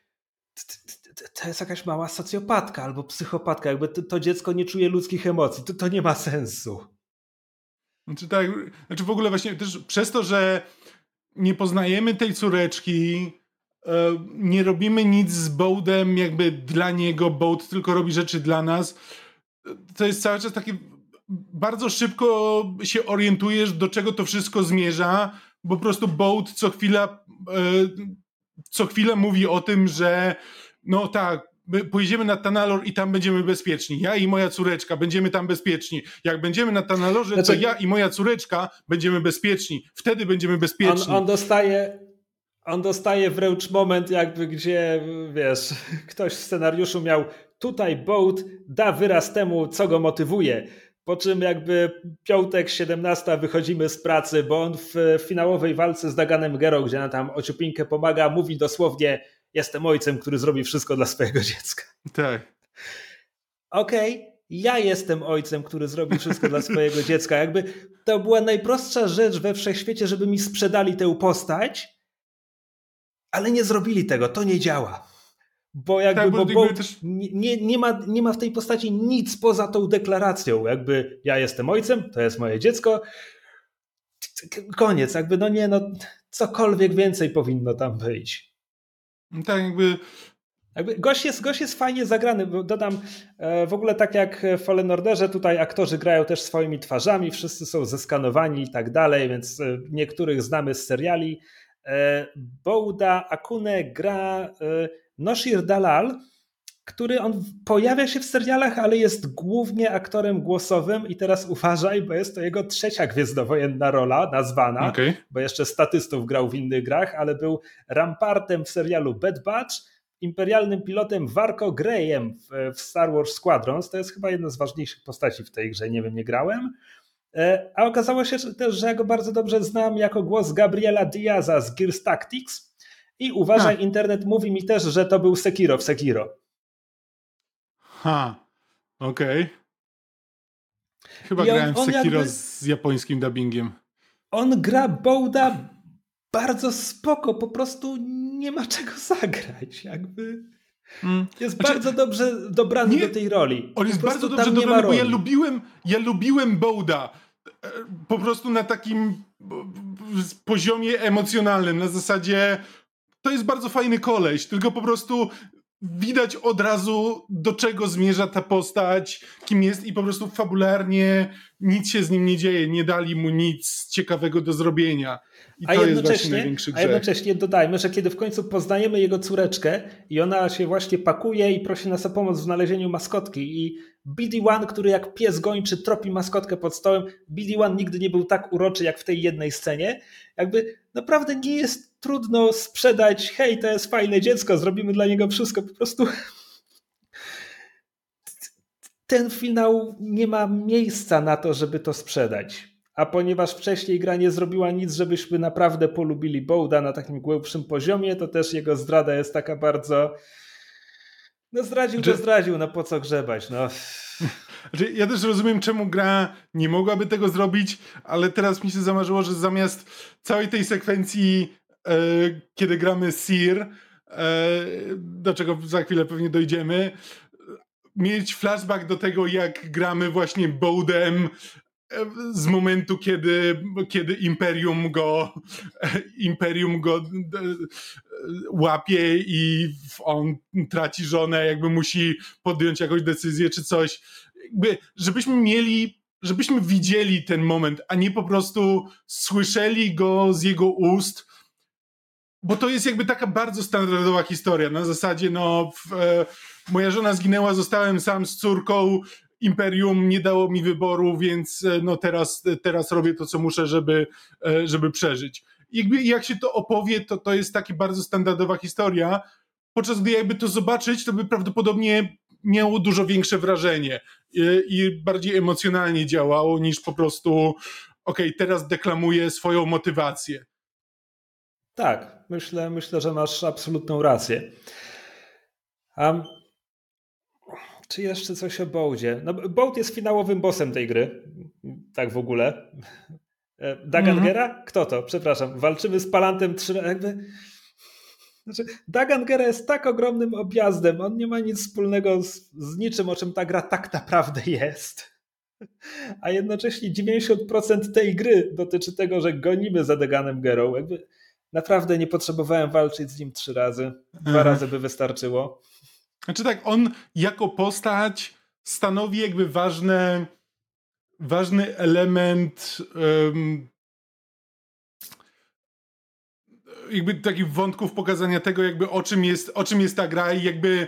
to jest jakaś mała socjopatka albo psychopatka, jakby to, to dziecko nie czuje ludzkich emocji, to, to nie ma sensu. Znaczy tak, znaczy w ogóle właśnie też przez to, że nie poznajemy tej córeczki, nie robimy nic z Boldem jakby dla niego, Bold tylko robi rzeczy dla nas, to jest cały czas takie bardzo szybko się orientujesz, do czego to wszystko zmierza, bo po prostu Bold co chwila co chwilę mówi o tym, że no tak, my pojedziemy na Tanalor i tam będziemy bezpieczni. Ja i moja córeczka będziemy tam bezpieczni. Jak będziemy na Tanalorze, znaczy, to ja i moja córeczka będziemy bezpieczni. Wtedy będziemy bezpieczni. On, on dostaje on dostaje wręcz moment jakby, gdzie wiesz, ktoś w scenariuszu miał tutaj Bold da wyraz temu, co go motywuje. Po czym jakby piątek, siedemnasta wychodzimy z pracy, bo on w finałowej walce z Daganem Gero, gdzie na tam ociupinkę pomaga, mówi dosłownie: jestem ojcem, który zrobi wszystko dla swojego dziecka. Tak. Okej, okay, ja jestem ojcem, który zrobi wszystko dla swojego dziecka. Jakby to była najprostsza rzecz we wszechświecie, żeby mi sprzedali tę postać, ale nie zrobili tego, to nie działa. Bo jakby, tak, bo, bo jakby też... nie, nie, ma, nie ma w tej postaci nic poza tą deklaracją. Jakby ja jestem ojcem, to jest moje dziecko. Koniec, jakby no nie, no cokolwiek więcej powinno tam być. Tak, jakby... jakby gość, jest, gość jest fajnie zagrany, bo dodam, w ogóle tak jak w Fallen Orderze, tutaj aktorzy grają też swoimi twarzami, wszyscy są zeskanowani i tak dalej, więc niektórych znamy z seriali. Bouda Akune gra Noshir Dalal, który on pojawia się w serialach, ale jest głównie aktorem głosowym i teraz uważaj, bo jest to jego trzecia gwiezdnowojenna rola nazwana, okay. Bo jeszcze statystów grał w innych grach, ale był Rampartem w serialu Bad Batch, imperialnym pilotem Varko Greyem w Star Wars Squadrons, to jest chyba jedna z ważniejszych postaci w tej grze, nie wiem, nie grałem. A okazało się też, że ja go bardzo dobrze znam jako głos Gabriela Diaza z Gears Tactics i uważaj, ha. Internet mówi mi też, że to był Sekiro w Sekiro. Ha, okej. Okay. Chyba I grałem on, on w Sekiro jakby, z japońskim dubbingiem. On gra Bouda bardzo spoko, po prostu nie ma czego zagrać, jakby... Hmm. Jest znaczy, bardzo dobrze dobrany nie, do tej roli. On jest bardzo dobrze dobrany, bo ja lubiłem, ja lubiłem Bouda po prostu na takim poziomie emocjonalnym, na zasadzie to jest bardzo fajny koleś, tylko po prostu widać od razu, do czego zmierza ta postać, kim jest i po prostu fabularnie nic się z nim nie dzieje, nie dali mu nic ciekawego do zrobienia. I a to jest właśnie największy grzech. A jednocześnie dodajmy, że kiedy w końcu poznajemy jego córeczkę i ona się właśnie pakuje i prosi nas o pomoc w znalezieniu maskotki i B D jeden, który jak pies gończy tropi maskotkę pod stołem, B D jeden nigdy nie był tak uroczy jak w tej jednej scenie. Jakby naprawdę nie jest trudno sprzedać, hej, to jest fajne dziecko, zrobimy dla niego wszystko, po prostu ten finał nie ma miejsca na to, żeby to sprzedać. A ponieważ wcześniej gra nie zrobiła nic, żebyśmy naprawdę polubili Bouda na takim głębszym poziomie, to też jego zdrada jest taka bardzo... No zdradził, to zdradził, no po co grzebać, no. Znaczy, ja też rozumiem, czemu gra nie mogłaby tego zrobić, ale teraz mi się zamarzyło, że zamiast całej tej sekwencji, e, kiedy gramy Seer, e, do czego za chwilę pewnie dojdziemy, mieć flashback do tego, jak gramy właśnie Boudem z momentu, kiedy, kiedy Imperium go Imperium go łapie i on traci żonę, jakby musi podjąć jakąś decyzję czy coś. Jakby, żebyśmy mieli, żebyśmy widzieli ten moment, a nie po prostu słyszeli go z jego ust, bo to jest jakby taka bardzo standardowa historia. Na zasadzie, no w, e, moja żona zginęła, zostałem sam z córką, Imperium nie dało mi wyboru, więc no teraz, teraz robię to, co muszę, żeby, żeby przeżyć. I jakby jak się to opowie, to to jest taka bardzo standardowa historia, podczas gdy jakby to zobaczyć, to by prawdopodobnie miało dużo większe wrażenie i, i bardziej emocjonalnie działało niż po prostu okej, okay, teraz deklamuję swoją motywację. Tak, myślę, myślę, że masz absolutną rację. Um... Czy jeszcze coś o Boudzie? No, Boud jest finałowym bossem tej gry. Tak w ogóle. Dagan Gera? Kto to? Przepraszam. Walczymy z Palantem trzy... Jakby... Znaczy, Dagan Gera jest tak ogromnym objazdem. On nie ma nic wspólnego z, z niczym, o czym ta gra tak naprawdę jest. A jednocześnie dziewięćdziesiąt procent tej gry dotyczy tego, że gonimy za Daganem Gerą. Jakby naprawdę nie potrzebowałem walczyć z nim trzy razy. Dwa Aha. razy by wystarczyło. Znaczy tak, on jako postać stanowi jakby ważne, ważny element um, jakby takich wątków pokazania tego, jakby o czym jest, o czym jest ta gra i jakby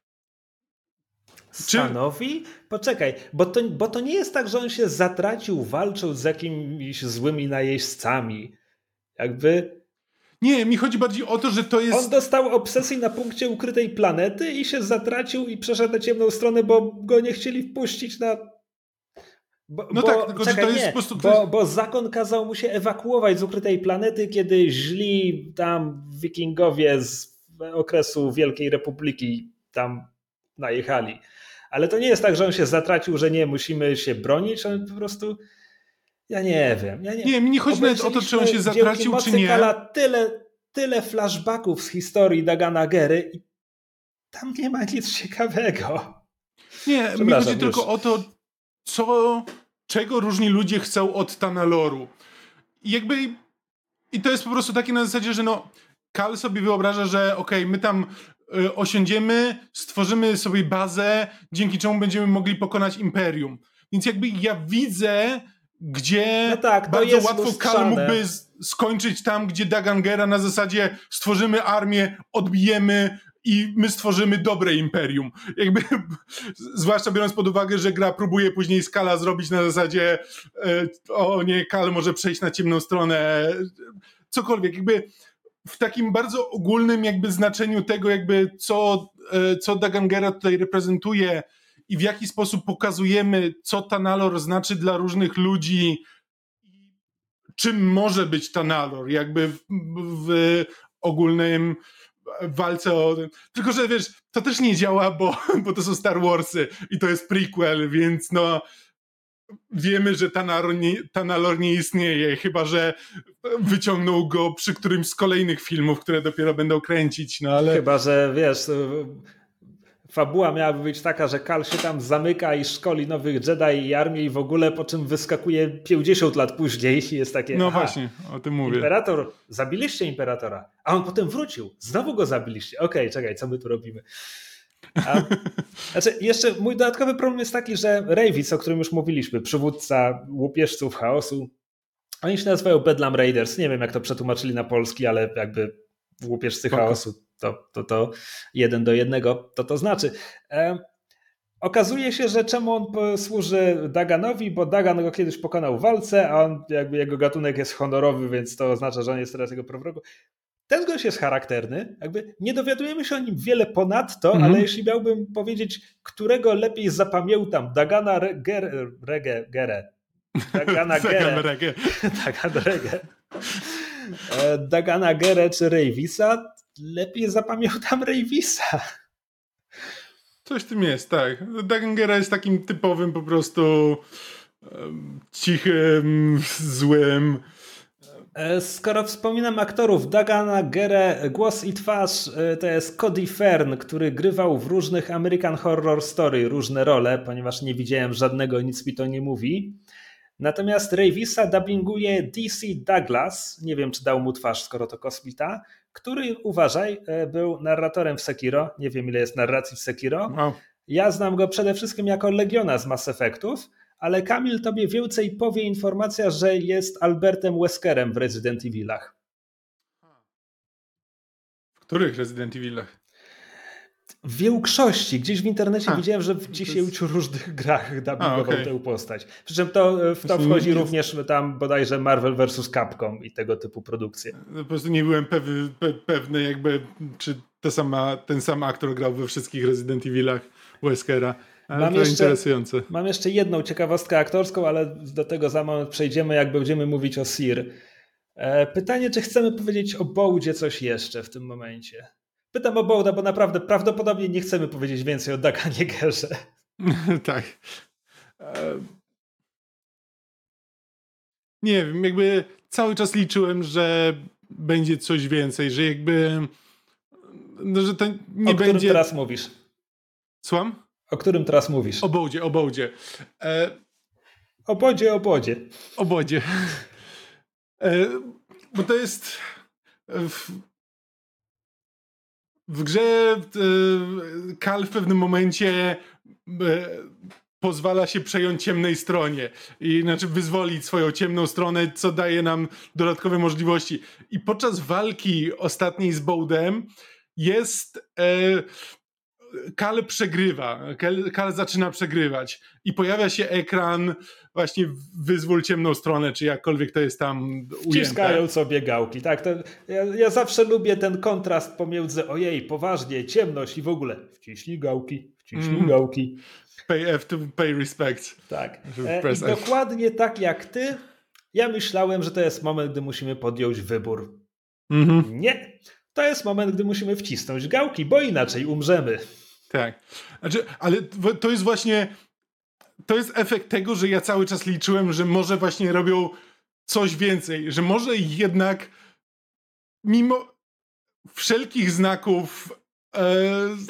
stanowi? Poczekaj, bo to, bo to nie jest tak, że on się zatracił walcząc z jakimiś złymi najeźdźcami. Jakby... Nie, mi chodzi bardziej o to, że to jest... On dostał obsesji na punkcie ukrytej planety i się zatracił i przeszedł na ciemną stronę, bo go nie chcieli wpuścić na... Bo, no bo, tak, tylko czekaj, że to jest nie, po prostu... Bo, bo zakon kazał mu się ewakuować z ukrytej planety, kiedy źli tam wikingowie z okresu Wielkiej Republiki tam najechali. Ale to nie jest tak, że on się zatracił, że nie, musimy się bronić, on po prostu... Ja nie wiem. Ja nie, nie, mi nie chodzi nawet o to, czy on się zatracił, czy nie. Kala tyle, tyle flashbacków z historii Dagana Gery i tam nie ma nic ciekawego. Nie, mi chodzi już. tylko o to, co, czego różni ludzie chcą od Tanaloru. I jakby... I to jest po prostu takie na zasadzie, że no... Kal sobie wyobraża, że okej, okay, my tam y, osiądziemy, stworzymy sobie bazę, dzięki czemu będziemy mogli pokonać Imperium. Więc jakby ja widzę, gdzie no tak, bardzo łatwo Kal mógłby skończyć tam, gdzie Dagan Gera na zasadzie stworzymy armię, odbijemy i my stworzymy dobre Imperium. Jakby, zwłaszcza biorąc pod uwagę, że gra próbuje później z Kala zrobić na zasadzie y, o nie, Kal może przejść na ciemną stronę, cokolwiek, jakby w takim bardzo ogólnym jakby znaczeniu tego, jakby co, co Dagan Gera tutaj reprezentuje i w jaki sposób pokazujemy, co Tanalor znaczy dla różnych ludzi i czym może być Tanalor, jakby w, w ogólnym walce o... Tylko, że wiesz, to też nie działa, bo, bo to są Star Warsy i to jest prequel, więc no wiemy, że Tanalor nie, Tanalor nie istnieje, chyba że wyciągnął go przy którymś z kolejnych filmów, które dopiero będą kręcić, no ale... Chyba że, wiesz, fabuła miałaby być taka, że Kal się tam zamyka i szkoli nowych Jedi i armię i w ogóle, po czym wyskakuje pięćdziesiąt lat później i jest takie... No aha, właśnie, o tym mówię. Imperator, zabiliście Imperatora, a on potem wrócił, znowu go zabiliście. Okej, okay, czekaj, co my tu robimy? A, znaczy, jeszcze mój dodatkowy problem jest taki, że Reyvis, o którym już mówiliśmy, przywódca łupieżców chaosu, oni się nazywają Bedlam Raiders. Nie wiem, jak to przetłumaczyli na polski, ale jakby łupieżcy Spoko. chaosu to, to, to jeden do jednego to to znaczy. E, okazuje się, że czemu on służy Daganowi, bo Dagan go kiedyś pokonał w walce, a on jakby jego gatunek jest honorowy, więc to oznacza, że on jest teraz jego prowrogu. Ten gość jest charakterny, jakby nie dowiadujemy się o nim wiele ponadto, mm-hmm. ale jeśli miałbym powiedzieć, którego lepiej zapamiętam, Dagana Gerę, Rege, Gerę, Dagana Gerę, Dagana Regę, Dagana Gerę czy Reyvisa, lepiej zapamiętam Reyvisa. Coś w tym jest, tak. Dagan Gera jest takim typowym po prostu um, cichym, złym. Skoro wspominam aktorów, Dagana Gerę, głos i twarz to jest Cody Fern, który grywał w różnych American Horror Story różne role, ponieważ nie widziałem żadnego, nic mi to nie mówi. Natomiast Reyvisa dubbinguje D C Douglas, nie wiem czy dał mu twarz, skoro to kosmita, który, uważaj, był narratorem w Sekiro, nie wiem ile jest narracji w Sekiro. Wow. Ja znam go przede wszystkim jako Legiona z Mass Effectów, ale Kamil tobie więcej powie informacja, że jest Albertem Weskerem w Resident Evilach. W których Resident Evilach? W większości. Gdzieś w internecie A, widziałem, że w dziesięciu jest... różnych grach dubbingował okay. tę postać. Przy czym to, w to wchodzi jest... również tam bodajże Marvel versus. Capcom i tego typu produkcje. Po prostu nie byłem pewny, pe, pewny jakby, czy ta sama, ten sam aktor grał we wszystkich Resident Evilach Weskera. Ale mam to jeszcze, interesujące. Mam jeszcze jedną ciekawostkę aktorską, ale do tego za moment przejdziemy, jak będziemy mówić o Cere. Pytanie, czy chcemy powiedzieć o Bołdzie coś jeszcze w tym momencie? Pytam o Bołda, bo naprawdę prawdopodobnie nie chcemy powiedzieć więcej o Daganie Gerze. Tak. nie wiem, jakby cały czas liczyłem, że będzie coś więcej, że jakby no, że to nie o którym będzie... teraz mówisz? Słucham? O którym teraz mówisz? O Bołdzie, o Bołdzie. E... O bodzie, o bodzie. O Bodzie. E... Bo to jest... W, w grze e... Kal w pewnym momencie e... pozwala się przejąć ciemnej stronie i znaczy wyzwolić swoją ciemną stronę, co daje nam dodatkowe możliwości. I podczas walki ostatniej z Bołdem jest... E... Kal przegrywa, Kal, Kal zaczyna przegrywać i pojawia się ekran właśnie wyzwól ciemną stronę, czy jakkolwiek to jest tam ujęte. Wciskają sobie gałki, tak. To ja, ja zawsze lubię ten kontrast pomiędzy ojej, poważnie, ciemność i w ogóle wciśnij gałki, wciśnij mm. gałki. Pay F to pay respect. Tak. E, I dokładnie tak jak ty, ja myślałem, że to jest moment, gdy musimy podjąć wybór. Mm-hmm. Nie. To jest moment, gdy musimy wcisnąć gałki, bo inaczej umrzemy. Tak. Znaczy, ale to jest właśnie to jest efekt tego, że ja cały czas liczyłem, że może właśnie robią coś więcej, że może jednak mimo wszelkich znaków e,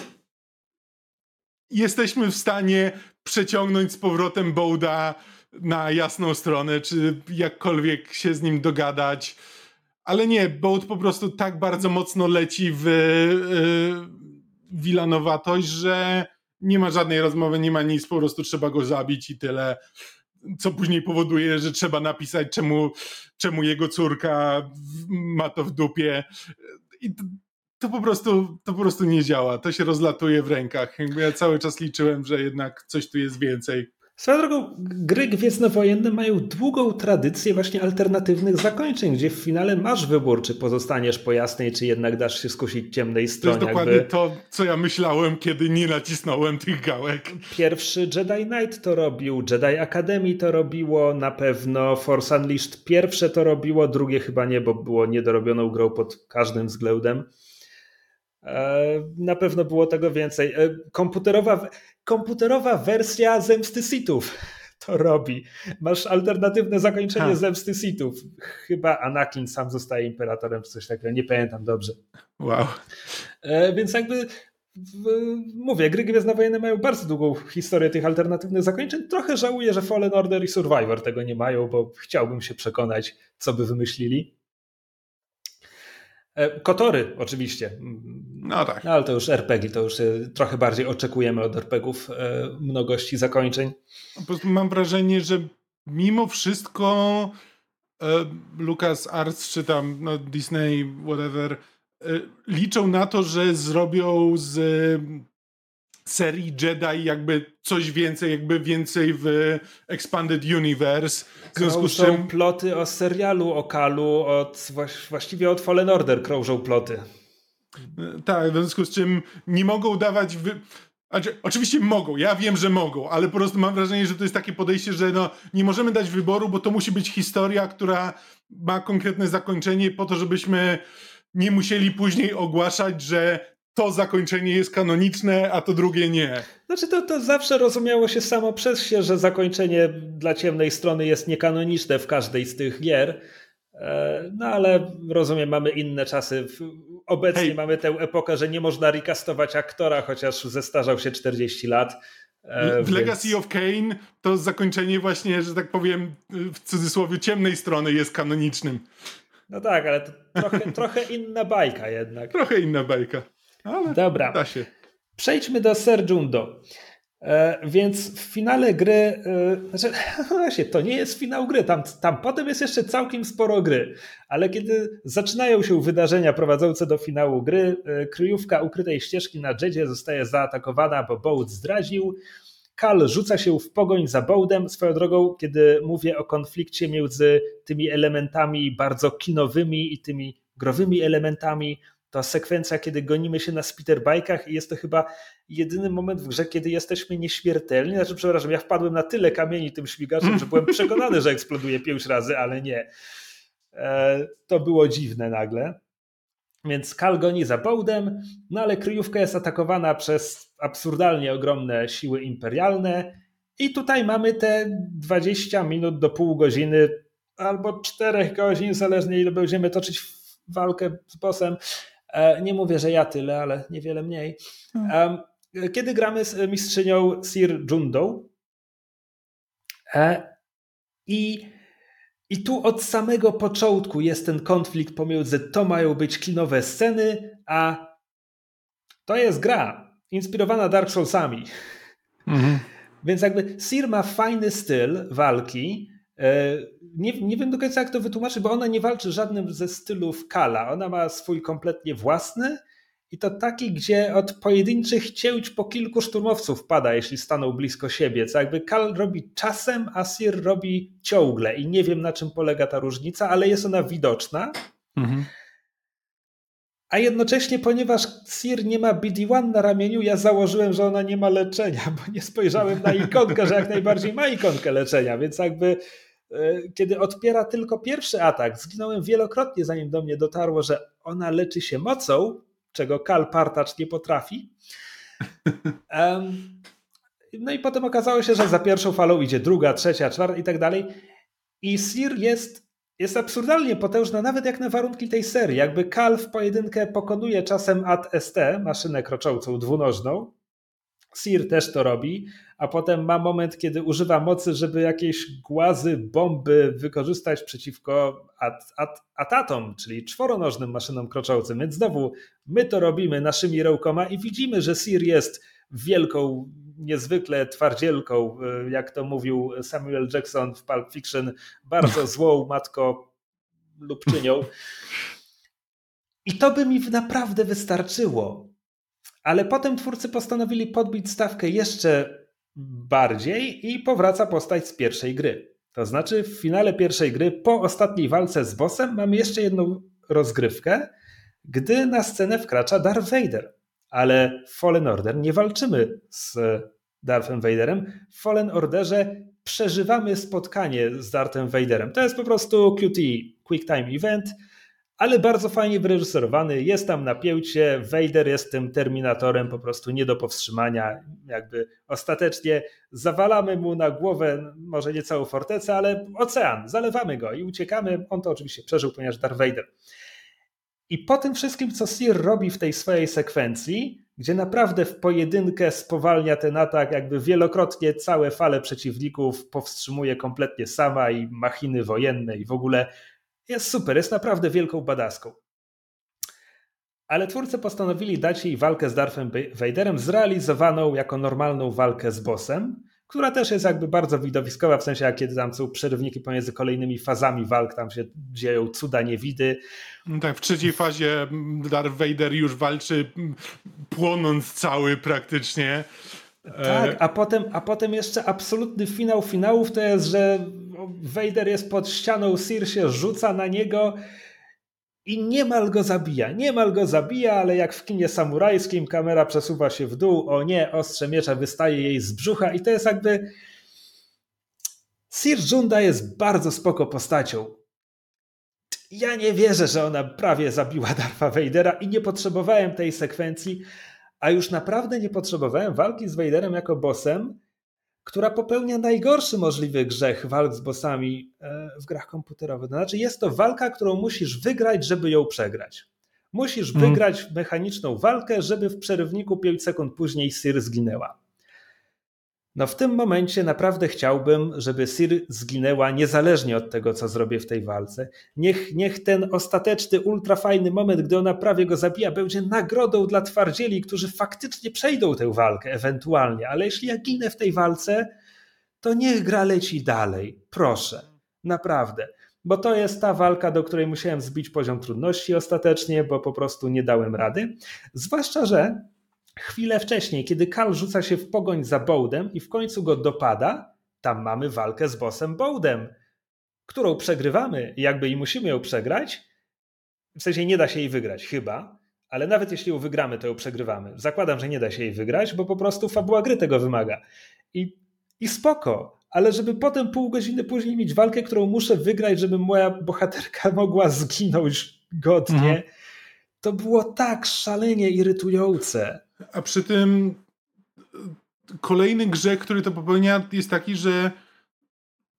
jesteśmy w stanie przeciągnąć z powrotem Bołda na jasną stronę, czy jakkolwiek się z nim dogadać. Ale nie, Bołd po prostu tak bardzo mocno leci w yy, wilanowatość, że nie ma żadnej rozmowy, nie ma nic, po prostu trzeba go zabić i tyle. Co później powoduje, że trzeba napisać, czemu, czemu jego córka ma to w dupie. I to, to, po prostu, to po prostu nie działa. To się rozlatuje w rękach. Jakby ja cały czas liczyłem, że jednak coś tu jest więcej. Swoją drogą, gry gwiezdnowojenne mają długą tradycję właśnie alternatywnych zakończeń, gdzie w finale masz wybór, czy pozostaniesz po jasnej, czy jednak dasz się skusić ciemnej stronie. To jest dokładnie jakby... to, co ja myślałem, kiedy nie nacisnąłem tych gałek. Pierwszy Jedi Knight to robił, Jedi Academy to robiło, na pewno Force Unleashed pierwsze to robiło, drugie chyba nie, bo było niedorobioną grą pod każdym względem. Na pewno było tego więcej. Komputerowa, komputerowa wersja Zemsty Sithów to robi. Masz alternatywne zakończenie ha. Zemsty Sithów. Chyba Anakin sam zostaje imperatorem, czy coś takiego. Nie pamiętam dobrze. Wow. Więc jakby mówię, gry gwiezdnowojenne mają bardzo długą historię tych alternatywnych zakończeń. Trochę żałuję, że Fallen Order i Survivor tego nie mają, bo chciałbym się przekonać, co by wymyślili. Kotory oczywiście. No tak. No, ale to już er pe gie, to już trochę bardziej oczekujemy od er pe gie ów mnogości zakończeń. Po prostu mam wrażenie, że mimo wszystko e, LucasArts czy tam no, Disney, whatever, e, liczą na to, że zrobią z e, serii Jedi jakby coś więcej, jakby więcej w Expanded Universe. W związku z czym ploty o serialu o Kalu, od, właściwie od Fallen Order krążą ploty. Tak, w związku z czym nie mogą dawać... Wy... Znaczy, oczywiście mogą, ja wiem, że mogą, ale po prostu mam wrażenie, że to jest takie podejście, że no, nie możemy dać wyboru, bo to musi być historia, która ma konkretne zakończenie po to, żebyśmy nie musieli później ogłaszać, że to zakończenie jest kanoniczne, a to drugie nie. Znaczy to, to zawsze rozumiało się samo przez się, że zakończenie dla ciemnej strony jest niekanoniczne w każdej z tych gier. No ale rozumiem, mamy inne czasy. Obecnie Hej. mamy tę epokę, że nie można recastować aktora, chociaż zestarzał się czterdzieści lat. W więc... Legacy of Kain to zakończenie właśnie, że tak powiem, w cudzysłowie ciemnej strony jest kanonicznym. No tak, ale to trochę, trochę inna bajka jednak. Trochę inna bajka. Ale dobra, da się. Przejdźmy do Serjundo. E, więc w finale gry, e, znaczy, właśnie, to nie jest finał gry, tam, tam potem jest jeszcze całkiem sporo gry, ale kiedy zaczynają się wydarzenia prowadzące do finału gry, e, kryjówka ukrytej ścieżki na Jedzie zostaje zaatakowana, bo Bołd zdradził. Kal rzuca się w pogoń za Bołdem. Swoją drogą, kiedy mówię o konflikcie między tymi elementami bardzo kinowymi i tymi growymi elementami, to sekwencja, kiedy gonimy się na speederbajkach i jest to chyba jedyny moment w grze, kiedy jesteśmy nieśmiertelni. Znaczy, przepraszam, ja wpadłem na tyle kamieni tym śmigaczem, że byłem przekonany, że eksploduje pięć razy, ale nie. E, to było dziwne nagle. Więc Kal goni za Bołdem, no ale kryjówka jest atakowana przez absurdalnie ogromne siły imperialne i tutaj mamy te dwadzieścia minut do pół godziny albo czterech godzin, zależnie ile będziemy toczyć walkę z bossem. Nie mówię, że ja tyle, ale niewiele mniej. Hmm. Kiedy gramy z mistrzynią Sir Jundą i, i tu od samego początku jest ten konflikt pomiędzy to mają być klinowe sceny, a to jest gra inspirowana Dark Soulsami. Mhm. Więc jakby Sir ma fajny styl walki. Nie, nie wiem do końca jak to wytłumaczyć, bo ona nie walczy żadnym ze stylów Kala. Ona ma swój kompletnie własny i to taki, gdzie od pojedynczych cięć po kilku szturmowców pada, jeśli staną blisko siebie. Co jakby Kal robi czasem, a Sir robi ciągle i nie wiem na czym polega ta różnica, ale jest ona widoczna. Mhm. A jednocześnie, ponieważ Sir nie ma B D jeden na ramieniu, ja założyłem, że ona nie ma leczenia, bo nie spojrzałem na ikonkę, że jak najbardziej ma ikonkę leczenia, więc jakby kiedy odpiera tylko pierwszy atak, zginąłem wielokrotnie, zanim do mnie dotarło, że ona leczy się mocą, czego Kal Partacz nie potrafi. Um, no i potem okazało się, że za pierwszą falą idzie druga, trzecia, czwarta i tak dalej. I Sir jest, jest absurdalnie potężna, nawet jak na warunki tej serii. Jakby Kal w pojedynkę pokonuje czasem Ad S T, maszynę kroczącą dwunożną. Sir też to robi, a potem ma moment, kiedy używa mocy, żeby jakieś głazy, bomby wykorzystać przeciwko at, at, atatom, czyli czworonożnym maszynom kroczącym. Więc znowu my to robimy naszymi rękoma i widzimy, że Sir jest wielką, niezwykle twardzielką, jak to mówił Samuel Jackson w Pulp Fiction, bardzo złą matko lubczynią. I to by mi naprawdę wystarczyło. Ale potem twórcy postanowili podbić stawkę jeszcze bardziej i powraca postać z pierwszej gry. To znaczy w finale pierwszej gry, po ostatniej walce z bossem, mamy jeszcze jedną rozgrywkę, gdy na scenę wkracza Darth Vader. Ale w Fallen Order nie walczymy z Darthem Vaderem. W Fallen Orderze przeżywamy spotkanie z Darthem Vaderem. To jest po prostu Q T, Quick Time Event, ale bardzo fajnie wyreżyserowany, jest tam napięcie, Vader jest tym Terminatorem po prostu nie do powstrzymania, jakby ostatecznie zawalamy mu na głowę może nie całą fortecę, ale ocean, zalewamy go i uciekamy, on to oczywiście przeżył, ponieważ Darth Vader. I po tym wszystkim, co Sir robi w tej swojej sekwencji, gdzie naprawdę w pojedynkę spowalnia ten atak, jakby wielokrotnie całe fale przeciwników powstrzymuje kompletnie sama i machiny wojenne i w ogóle jest super, jest naprawdę wielką badaską. Ale twórcy postanowili dać jej walkę z Darthem Vaderem zrealizowaną jako normalną walkę z bossem, która też jest jakby bardzo widowiskowa, w sensie jak kiedy tam są przerywniki pomiędzy kolejnymi fazami walk, tam się dzieją cuda niewidy. Tak, w trzeciej fazie Darth Vader już walczy płonąc cały praktycznie. Tak, a potem, a potem jeszcze absolutny finał finałów to jest, że Vader jest pod ścianą, Sir się rzuca na niego i niemal go zabija. Niemal go zabija, ale jak w kinie samurajskim kamera przesuwa się w dół, o nie, ostrze miecza wystaje jej z brzucha i to jest jakby... Sir Junda jest bardzo spoko postacią. Ja nie wierzę, że ona prawie zabiła Dartha Vadera i nie potrzebowałem tej sekwencji, a już naprawdę nie potrzebowałem walki z Vaderem jako bossem, która popełnia najgorszy możliwy grzech walk z bossami w grach komputerowych. To znaczy jest to walka, którą musisz wygrać, żeby ją przegrać. Musisz hmm. wygrać mechaniczną walkę, żeby w przerywniku pięć sekund później Sir zginęła. No w tym momencie naprawdę chciałbym, żeby Sir zginęła niezależnie od tego, co zrobię w tej walce. Niech, niech ten ostateczny, ultrafajny moment, gdy ona prawie go zabija, będzie nagrodą dla twardzieli, którzy faktycznie przejdą tę walkę ewentualnie. Ale jeśli ja ginę w tej walce, to niech gra leci dalej. Proszę. Naprawdę. Bo to jest ta walka, do której musiałem zbić poziom trudności ostatecznie, bo po prostu nie dałem rady. Zwłaszcza, że chwilę wcześniej, kiedy Kal rzuca się w pogoń za Boldem i w końcu go dopada, tam mamy walkę z bossem Boldem, którą przegrywamy, jakby i musimy ją przegrać. W sensie nie da się jej wygrać, chyba, ale nawet jeśli ją wygramy, to ją przegrywamy. Zakładam, że nie da się jej wygrać, bo po prostu fabuła gry tego wymaga. I, i spoko, ale żeby potem pół godziny później mieć walkę, którą muszę wygrać, żeby moja bohaterka mogła zginąć godnie, mhm. to było tak szalenie irytujące. A przy tym kolejny grzech, który to popełnia, jest taki, że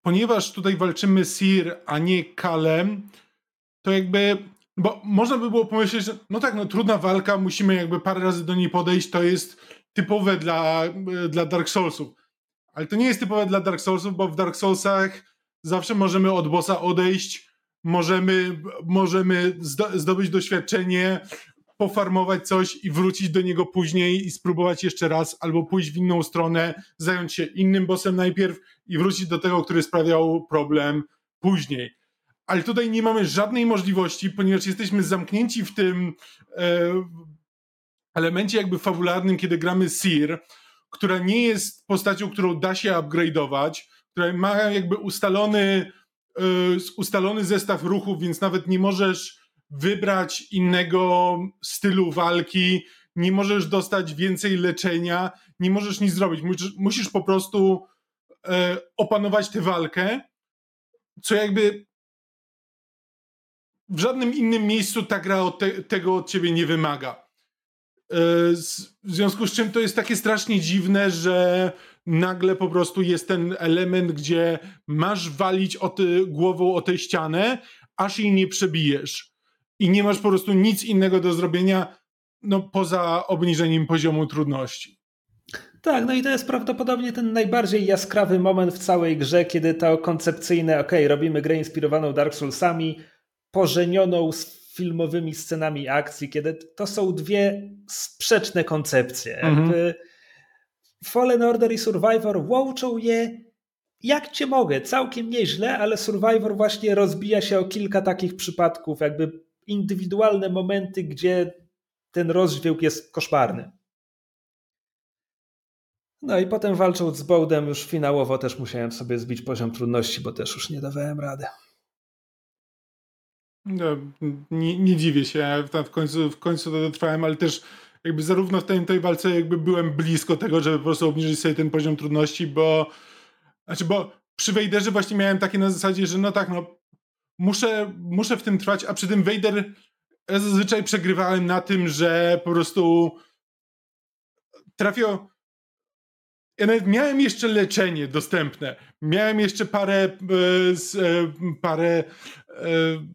ponieważ tutaj walczymy Cere, a nie Kalem, to jakby, bo można by było pomyśleć, że no tak, no trudna walka, musimy jakby parę razy do niej podejść, to jest typowe dla, dla Dark Soulsów. Ale to nie jest typowe dla Dark Soulsów, bo w Dark Soulsach zawsze możemy od bossa odejść, możemy, możemy zdobyć doświadczenie, pofarmować coś i wrócić do niego później i spróbować jeszcze raz, albo pójść w inną stronę, zająć się innym bossem najpierw i wrócić do tego, który sprawiał problem później. Ale tutaj nie mamy żadnej możliwości, ponieważ jesteśmy zamknięci w tym e, elemencie jakby fabularnym, kiedy gramy Cere, która nie jest postacią, którą da się upgrade'ować, która ma jakby ustalony, e, ustalony zestaw ruchów, więc nawet nie możesz wybrać innego stylu walki, nie możesz dostać więcej leczenia, nie możesz nic zrobić. Musisz, musisz po prostu e, opanować tę walkę, co jakby w żadnym innym miejscu ta gra od te, tego od ciebie nie wymaga. W związku z czym to jest takie strasznie dziwne, że nagle po prostu jest ten element, gdzie masz walić o ty, głową o tę ścianę, aż jej nie przebijesz. I nie masz po prostu nic innego do zrobienia, no poza obniżeniem poziomu trudności. Tak, no i to jest prawdopodobnie ten najbardziej jaskrawy moment w całej grze, kiedy to koncepcyjne, okej, okay, robimy grę inspirowaną Dark Soulsami, pożenioną z filmowymi scenami akcji, kiedy to są dwie sprzeczne koncepcje. Mhm. Jakby Fallen Order i Survivor łączą je jak cię mogę, całkiem nieźle, ale Survivor właśnie rozbija się o kilka takich przypadków, jakby indywidualne momenty, gdzie ten rozdźwięk jest koszmarny. No i potem walcząc z Bołdem już finałowo też musiałem sobie zbić poziom trudności, bo też już nie dawałem rady. No, nie, nie dziwię się, ja w końcu, w końcu to dotrwałem, ale też jakby zarówno w tej, tej walce jakby byłem blisko tego, żeby po prostu obniżyć sobie ten poziom trudności, bo znaczy, bo przy Vaderze właśnie miałem takie na zasadzie, że no tak, no muszę, muszę w tym trwać, a przy tym Vader ja zazwyczaj przegrywałem na tym, że po prostu trafiał. Ja nawet miałem jeszcze leczenie dostępne. Miałem jeszcze parę e, e, parę e,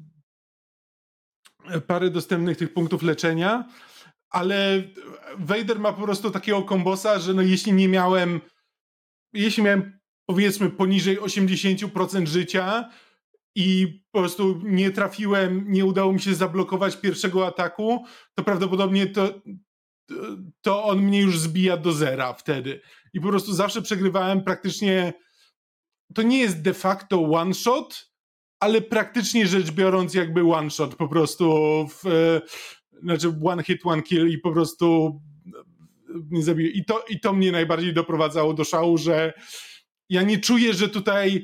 parę dostępnych tych punktów leczenia, ale Vader ma po prostu takiego kombosa, że no jeśli nie miałem jeśli miałem powiedzmy poniżej osiemdziesiąt procent życia i po prostu nie trafiłem, nie udało mi się zablokować pierwszego ataku, to prawdopodobnie to, to on mnie już zbija do zera wtedy. I po prostu zawsze przegrywałem praktycznie, to nie jest de facto one shot, ale praktycznie rzecz biorąc jakby one shot, po prostu w, znaczy one hit, one kill i po prostu nie zabiję. I to, i to mnie najbardziej doprowadzało do szału, że ja nie czuję, że tutaj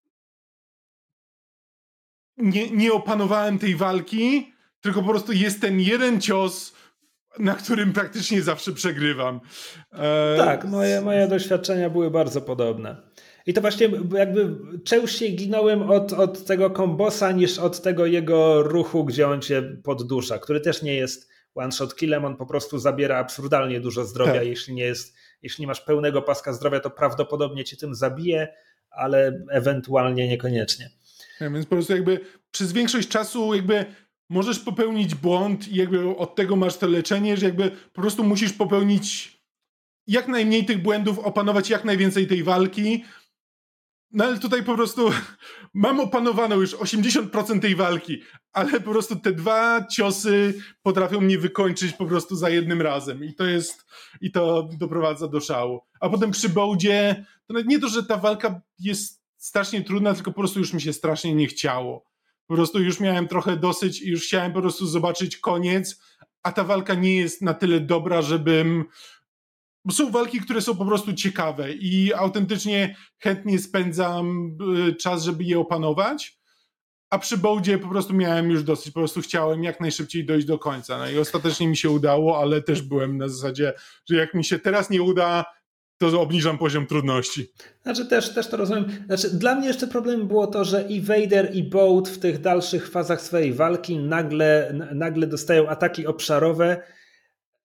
nie, nie opanowałem tej walki, tylko po prostu jest ten jeden cios, na którym praktycznie zawsze przegrywam. E... Tak, moje, moje doświadczenia były bardzo podobne. I to właśnie jakby częściej ginąłem od, od tego kombosa niż od tego jego ruchu, gdzie on cię poddusza, który też nie jest one-shot killem, on po prostu zabiera absurdalnie dużo zdrowia. Tak. Jeśli nie jest, jeśli nie masz pełnego paska zdrowia, to prawdopodobnie cię tym zabije, ale ewentualnie niekoniecznie. Ja, więc po prostu jakby przez większość czasu jakby możesz popełnić błąd i jakby od tego masz to leczenie, że jakby po prostu musisz popełnić jak najmniej tych błędów, opanować jak najwięcej tej walki. No ale tutaj po prostu mam opanowaną już osiemdziesiąt procent tej walki, ale po prostu te dwa ciosy potrafią mnie wykończyć po prostu za jednym razem i to jest, i to doprowadza do szału. A potem przy Bołdzie, to nie to, że ta walka jest strasznie trudna, tylko po prostu już mi się strasznie nie chciało. Po prostu już miałem trochę dosyć i już chciałem po prostu zobaczyć koniec, a ta walka nie jest na tyle dobra, żebym... Bo są walki, które są po prostu ciekawe i autentycznie chętnie spędzam czas, żeby je opanować, a przy Bołdzie po prostu miałem już dosyć, po prostu chciałem jak najszybciej dojść do końca. No i ostatecznie mi się udało, ale też byłem na zasadzie, że jak mi się teraz nie uda, to obniżam poziom trudności. Znaczy też, też to rozumiem. Znaczy, dla mnie jeszcze problemem było to, że i Vader, i Bolt w tych dalszych fazach swojej walki nagle, nagle dostają ataki obszarowe,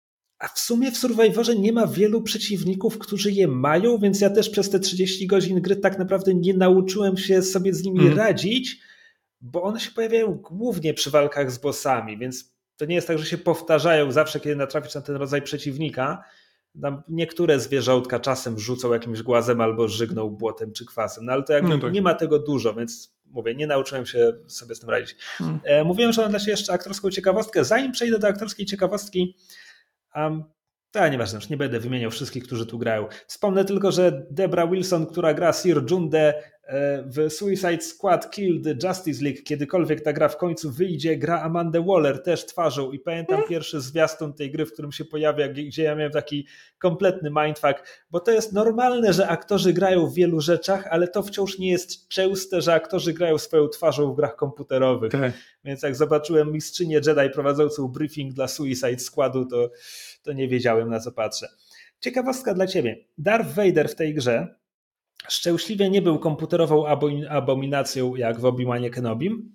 A w sumie w Survivorze nie ma wielu przeciwników, którzy je mają, więc ja też przez te trzydzieści godzin gry tak naprawdę nie nauczyłem się sobie z nimi mm. radzić, bo one się pojawiają głównie przy walkach z bossami, więc to nie jest tak, że się powtarzają zawsze, kiedy natrafisz na ten rodzaj przeciwnika. Tam niektóre zwierzątka czasem rzucą jakimś głazem albo żygną błotem czy kwasem, no ale to jakby no tak. nie ma tego dużo, więc mówię, nie nauczyłem się sobie z tym radzić. Hmm. E, mówiłem, że mam dla ciebie jeszcze aktorską ciekawostkę. Zanim przejdę do aktorskiej ciekawostki, um, to nieważne, już nie będę wymieniał wszystkich, którzy tu grają. Wspomnę tylko, że Debra Wilson, która gra Sir Jundę w Suicide Squad Kill the Justice League, kiedykolwiek ta gra w końcu wyjdzie, gra Amandę Waller też twarzą i pamiętam pierwszy zwiastun tej gry, w którym się pojawia, gdzie ja miałem taki kompletny mindfuck, bo to jest normalne, że aktorzy grają w wielu rzeczach, ale to wciąż nie jest częste, że aktorzy grają swoją twarzą w grach komputerowych. Tak. Więc jak zobaczyłem mistrzynię Jedi prowadzącą briefing dla Suicide Squadu, to, to nie wiedziałem, na co patrzę. Ciekawostka dla ciebie. Darth Vader w tej grze szczęśliwie nie był komputerową abominacją jak w Obi-Wanie Kenobim.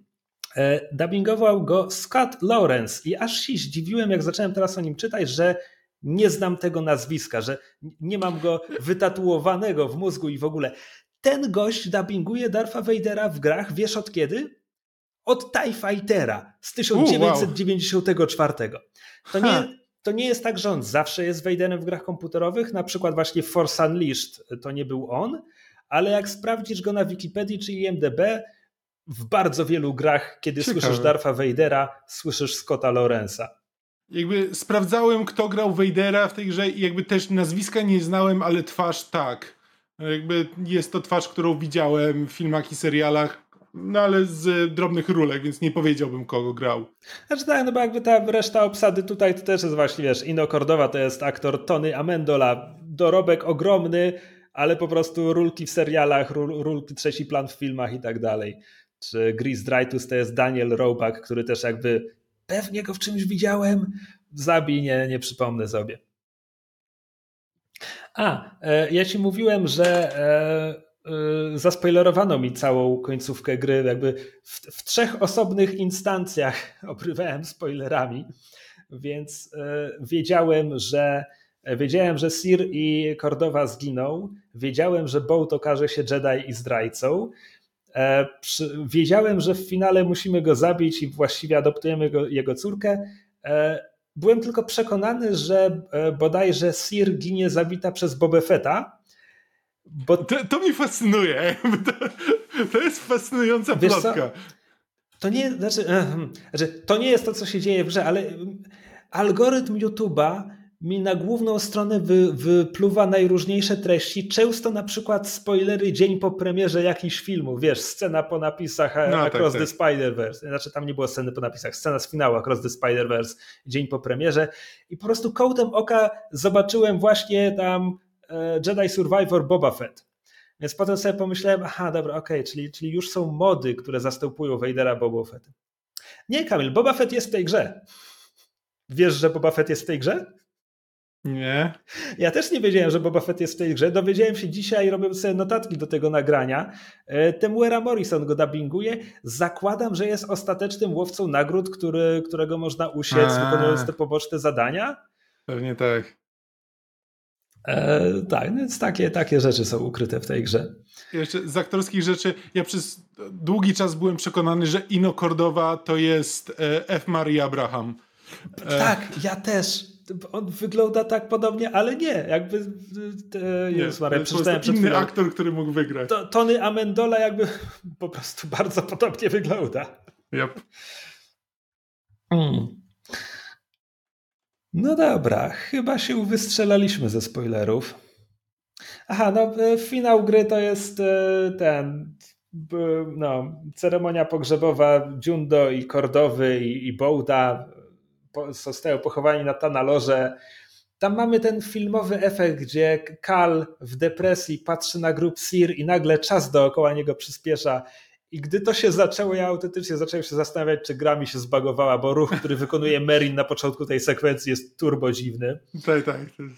Dubbingował go Scott Lawrence i aż się zdziwiłem, jak zacząłem teraz o nim czytać, że nie znam tego nazwiska, że nie mam go wytatuowanego w mózgu i w ogóle. Ten gość dubbinguje Dartha Vadera w grach, wiesz od kiedy? Od TIE Fightera z tysiąc dziewięćset dziewięćdziesiątego czwartego. To nie... To nie jest tak, że on zawsze jest Vaderem w grach komputerowych, na przykład właśnie Force Unleashed to nie był on, ale jak sprawdzisz go na Wikipedii czy I M D B, w bardzo wielu grach, kiedy Ciekawe. Słyszysz Dartha Vadera, słyszysz Scotta Lawrence'a. Jakby sprawdzałem, kto grał Vadera w tej grze i jakby też nazwiska nie znałem, ale twarz tak. Jakby jest to twarz, którą widziałem w filmach i serialach, no ale z drobnych rulek, więc nie powiedziałbym, kogo grał. Znaczy tak, no bo jakby ta reszta obsady tutaj to też jest właśnie, wiesz, Ino Cordowa to jest aktor Tony Amendola, dorobek ogromny, ale po prostu rulki w serialach, rulki trzeci plan w filmach i tak dalej. Czy Chris Dreyfuss to jest Daniel Roebuck, który też jakby pewnie go w czymś widziałem, zabij, nie, nie przypomnę sobie. A, ja ci mówiłem, że zaspoilerowano mi całą końcówkę gry, jakby w, w trzech osobnych instancjach obrywałem spoilerami, więc wiedziałem, że wiedziałem, że Sir i Cordowa zginą, wiedziałem, że Bolt okaże się Jedi i zdrajcą, wiedziałem, że w finale musimy go zabić i właściwie adoptujemy go, jego córkę. Byłem tylko przekonany, że bodajże Sir ginie zabita przez Boba Fetta. Bo... To, to mnie fascynuje. To, to jest fascynująca plotka. To nie, znaczy, znaczy, to nie jest to, co się dzieje w grze, ale algorytm YouTube'a mi na główną stronę wy, wypluwa najróżniejsze treści, często na przykład spoilery dzień po premierze jakichś filmów, wiesz, scena po napisach no, Across tak, the tak. Spider-Verse, znaczy tam nie było sceny po napisach, scena z finału Across the Spider-Verse dzień po premierze i po prostu kątem oka zobaczyłem właśnie tam Jedi Survivor Boba Fett. Więc potem sobie pomyślałem, aha, dobra, okej, okay, czyli, czyli już są mody, które zastępują Vadera Boba Fett. Nie, Kamil, Boba Fett jest w tej grze. Wiesz, że Boba Fett jest w tej grze? Nie. Ja też nie wiedziałem, że Boba Fett jest w tej grze. Dowiedziałem się dzisiaj, robiąc sobie notatki do tego nagrania. Temuera Morrison go dubbinguje. Zakładam, że jest ostatecznym łowcą nagród, który, którego można usiec, A. wykonując te poboczne zadania. Pewnie tak. E, tak, więc takie, takie rzeczy są ukryte w tej grze. Jeszcze z aktorskich rzeczy, ja przez długi czas byłem przekonany, że Ino Cordowa to jest F. Murray Abraham. E... Tak, ja też. On wygląda tak podobnie, ale nie. Jakby e, nie, Jezus Maria, przeczytałem przed inny chwilą. Aktor, który mógł wygrać. To, Tony Amendola jakby po prostu bardzo podobnie wygląda. Yep. Hmm. No dobra, chyba się wystrzelaliśmy ze spoilerów. Aha, no finał gry to jest ten, no, ceremonia pogrzebowa Jundo i Cordowy i, i Bolda zostają pochowani na Tanalorze. Tam mamy ten filmowy efekt, gdzie Cal w depresji patrzy na grób Sir i nagle czas dookoła niego przyspiesza. I gdy to się zaczęło, ja autentycznie zacząłem się zastanawiać, czy gra mi się zbagowała, bo ruch, który wykonuje Merrin na początku tej sekwencji jest turbo dziwny. Tak, tak.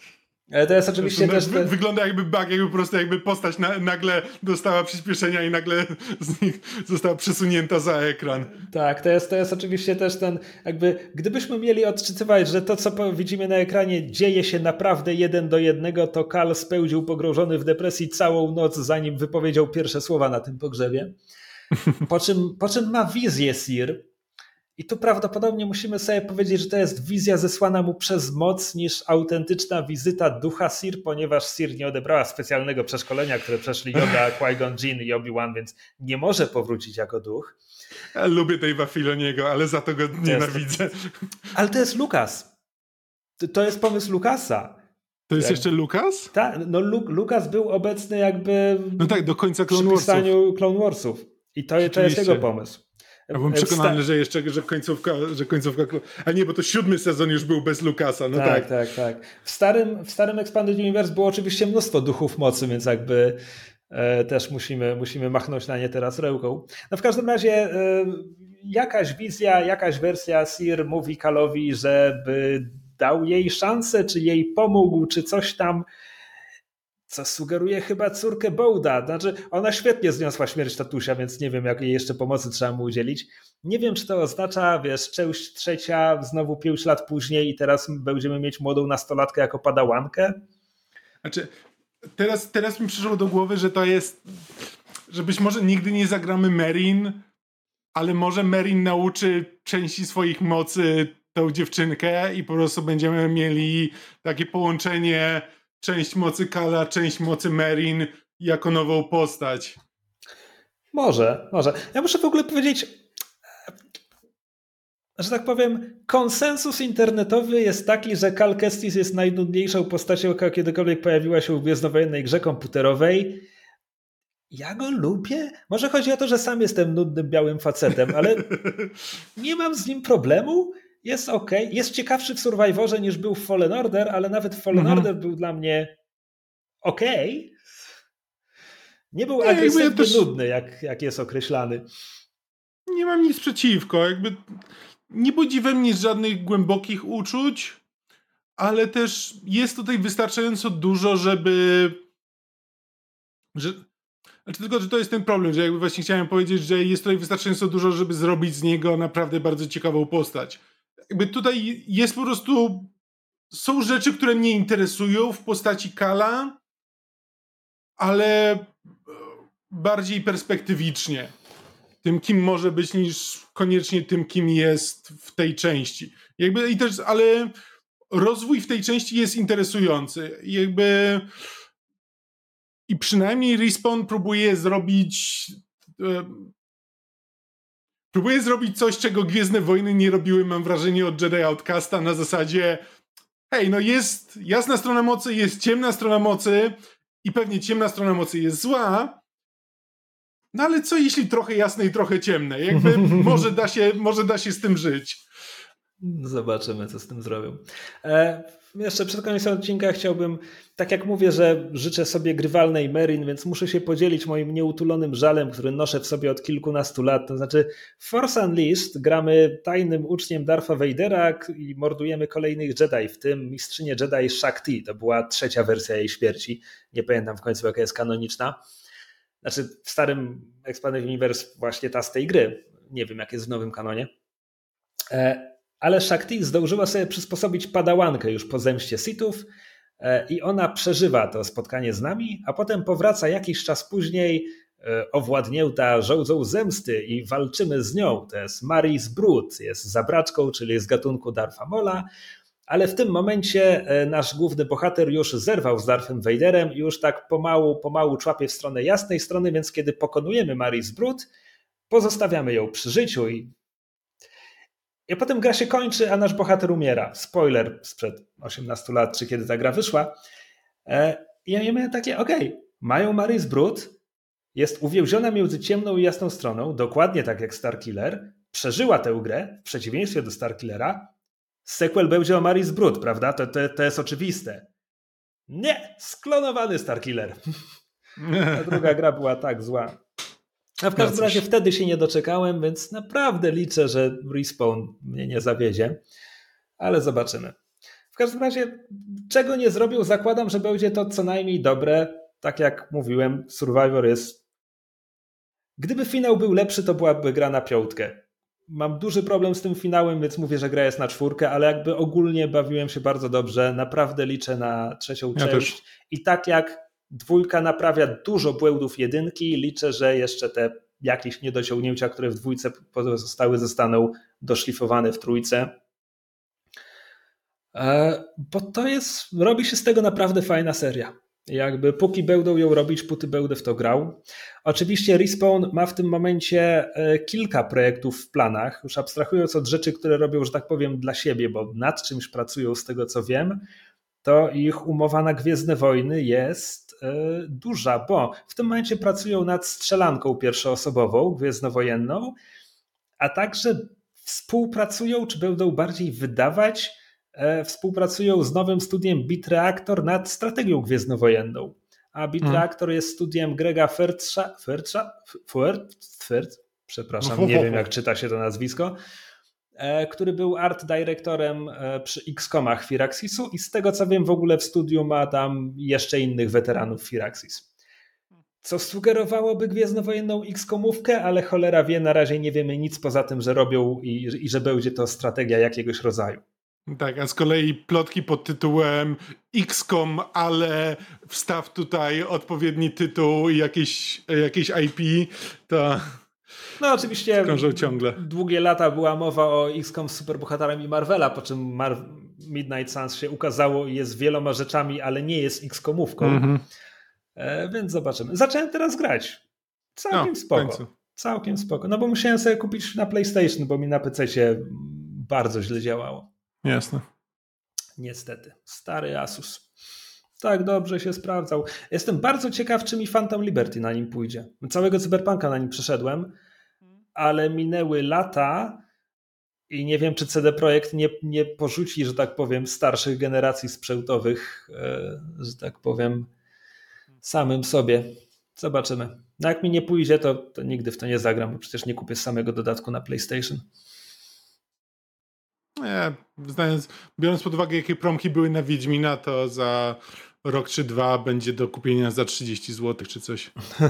Ale to jest oczywiście no, też... wy, wygląda jakby bug, jakby po prostu jakby postać na, nagle dostała przyspieszenia i nagle z nich została przesunięta za ekran. Tak, to jest, to jest oczywiście też ten, jakby gdybyśmy mieli odczytywać, że to co widzimy na ekranie dzieje się naprawdę jeden do jednego, to Cal spełdził pogrążony w depresji całą noc, zanim wypowiedział pierwsze słowa na tym pogrzebie. Po czym, po czym ma wizję Cere. I tu prawdopodobnie musimy sobie powiedzieć, że to jest wizja zesłana mu przez moc niż autentyczna wizyta ducha Cere, ponieważ Cere nie odebrała specjalnego przeszkolenia, które przeszli Yoda, Qui-Gon Jinn i Obi-Wan, więc nie może powrócić jako duch. Ja lubię Dave'a Filoniego, ale za to go nienawidzę. Ale to jest Lucas. To jest pomysł Lucasa. To jest Jak... jeszcze Lucas? Tak, no Lu- Lucas był obecny jakby no tak, do końca Clone przy pisaniu Warsów. Clone Warsów. I to, to jest jego pomysł. Ja byłem przekonany, że jeszcze że końcówka, że końcówka. A nie, bo to siódmy sezon już był bez Lucasa. No tak, tak, tak. tak. W starym, w starym Expanded Universe było oczywiście mnóstwo duchów mocy, więc jakby e, też musimy, musimy machnąć na nie teraz ręką. No w każdym razie e, jakaś wizja, jakaś wersja Cere mówi Calowi, żeby dał jej szansę, czy jej pomógł, czy coś tam. Co sugeruje chyba córkę Bouda. Znaczy, ona świetnie zniosła śmierć tatusia, więc nie wiem, jakiej jeszcze pomocy trzeba mu udzielić. Nie wiem, czy to oznacza, wiesz, część trzecia, znowu pięć lat później i teraz będziemy mieć młodą nastolatkę jako padałankę. Znaczy, teraz, teraz mi przyszło do głowy, że to jest, że być może nigdy nie zagramy Merrin, ale może Merrin nauczy części swoich mocy tą dziewczynkę i po prostu będziemy mieli takie połączenie część mocy Cala, część mocy Merrin jako nową postać. Może, może. Ja muszę w ogóle powiedzieć, że tak powiem, konsensus internetowy jest taki, że Cal Kestis jest najnudniejszą postacią, jaka kiedykolwiek pojawiła się w gwiezdnowojennej grze komputerowej. Ja go lubię. Może chodzi o to, że sam jestem nudnym białym facetem, ale nie mam z nim problemu. Jest okej. Okay. Jest ciekawszy w Survivorze niż był w Fallen Order, ale nawet w Fallen mhm. Order był dla mnie okej. Okay. Nie był nie, agresywnie ja też... nudny, jak, jak jest określany. Nie mam nic przeciwko. Jakby nie budzi we mnie żadnych głębokich uczuć, ale też jest tutaj wystarczająco dużo, żeby... Że... Znaczy tylko, że to jest ten problem, że jakby właśnie chciałem powiedzieć, że jest tutaj wystarczająco dużo, żeby zrobić z niego naprawdę bardzo ciekawą postać. Jakby tutaj jest po prostu... Są rzeczy, które mnie interesują w postaci Cala, ale bardziej perspektywicznie. Tym, kim może być, niż koniecznie tym, kim jest w tej części. Jakby i też, ale rozwój w tej części jest interesujący. Jakby i przynajmniej Respawn próbuje zrobić e, próbuje zrobić coś, czego Gwiezdne Wojny nie robiły, mam wrażenie, od Jedi Outcasta na zasadzie hej, no jest jasna strona mocy, jest ciemna strona mocy i pewnie ciemna strona mocy jest zła, no ale co jeśli trochę jasne i trochę ciemne? Jakby może da się, może da się z tym żyć. Zobaczymy, co z tym zrobią. E, jeszcze przed końcem odcinka chciałbym, tak jak mówię, że życzę sobie grywalnej Merrin, więc muszę się podzielić moim nieutulonym żalem, który noszę w sobie od kilkunastu lat. To znaczy w Force Unleashed gramy tajnym uczniem Dartha Vadera i mordujemy kolejnych Jedi, w tym mistrzynię Jedi Shakti. To była trzecia wersja jej śmierci. Nie pamiętam w końcu, jaka jest kanoniczna. Znaczy w starym Expanded Universe właśnie ta z tej gry. Nie wiem, jak jest w nowym kanonie. Ale Shakti zdążyła sobie przysposobić padałankę już po zemście Sithów i ona przeżywa to spotkanie z nami, a potem powraca jakiś czas później owładnięta żołdzą zemsty i walczymy z nią. To jest Maris Brut, jest zabraczką, czyli z gatunku Dartha Maula, ale w tym momencie nasz główny bohater już zerwał z Darthem Vaderem i już tak pomału, pomału człapie w stronę jasnej strony, więc kiedy pokonujemy Maris Brut, pozostawiamy ją przy życiu i, i potem gra się kończy, a nasz bohater umiera. Spoiler sprzed osiemnastu lat, czy kiedy ta gra wyszła. I ja miałem takie, okej, okay, mają Maris Brut, jest uwięziona między ciemną i jasną stroną, dokładnie tak jak Starkiller, przeżyła tę grę, w przeciwieństwie do Starkillera. Sequel będzie o Maris Brut, prawda? To, to, to jest oczywiste. Nie! Sklonowany Starkiller. Ta druga gra była tak zła. A w każdym no razie wtedy się nie doczekałem, więc naprawdę liczę, że Respawn mnie nie zawiedzie. Ale zobaczymy. W każdym razie, czego nie zrobił, zakładam, że będzie to co najmniej dobre. Tak jak mówiłem, Survivor jest... Gdyby finał był lepszy, to byłaby gra na piątkę. Mam duży problem z tym finałem, więc mówię, że gra jest na czwórkę, ale jakby ogólnie bawiłem się bardzo dobrze. Naprawdę liczę na trzecią Ja część. też. I tak jak dwójka naprawia dużo błędów jedynki, liczę, że jeszcze te jakieś niedociągnięcia, które w dwójce pozostały, zostaną doszlifowane w trójce. Bo to jest, robi się z tego naprawdę fajna seria. Jakby póki będą ją robić, póty będę w to grał. Oczywiście Respawn ma w tym momencie kilka projektów w planach, już abstrahując od rzeczy, które robią, że tak powiem, dla siebie, bo nad czymś pracują z tego, co wiem, to ich umowa na Gwiezdne Wojny jest duża, bo w tym momencie pracują nad strzelanką pierwszoosobową, gwiezdnowojenną, a także współpracują, czy będą bardziej wydawać, współpracują z nowym studiem Beat Reactor nad strategią gwiezdnowojenną. A Beat hmm. Reactor jest studiem Grega Fertscha, Fertscha, Fert, przepraszam, no, nie wiem jak czyta się to nazwisko, który był art dyrektorem przy X COMach Firaxisu i z tego co wiem w ogóle w studiu ma tam jeszcze innych weteranów Firaxis. Co sugerowałoby gwiezdnowojenną X COMówkę, ale cholera wie, na razie nie wiemy nic poza tym, że robią i, i że będzie to strategia jakiegoś rodzaju. Tak, a z kolei plotki pod tytułem X COM, ale wstaw tutaj odpowiedni tytuł i jakieś, jakieś I P, to... No oczywiście ciągle. Długie lata była mowa o X COM z superbohaterami Marvela, po czym Mar- Midnight Suns się ukazało i jest wieloma rzeczami, ale nie jest X COMówką. Mm-hmm. E, więc zobaczymy. Zacząłem teraz grać. Całkiem no, spoko. Całkiem spoko. No bo musiałem sobie kupić na PlayStation, bo mi na pececie bardzo źle działało. Jasne. Niestety. Stary Asus. Tak dobrze się sprawdzał. Jestem bardzo ciekaw, czy mi Phantom Liberty na nim pójdzie. Całego Cyberpunka na nim przeszedłem, ale minęły lata i nie wiem, czy C D Projekt nie, nie porzuci, że tak powiem, starszych generacji sprzętowych, że tak powiem, samym sobie. Zobaczymy. No jak mi nie pójdzie, to, to nigdy w to nie zagram, bo przecież nie kupię samego dodatku na PlayStation. Nie, znając, biorąc pod uwagę, jakie promki były na Wiedźmina, to za rok czy dwa będzie do kupienia za trzydzieści złotych czy coś.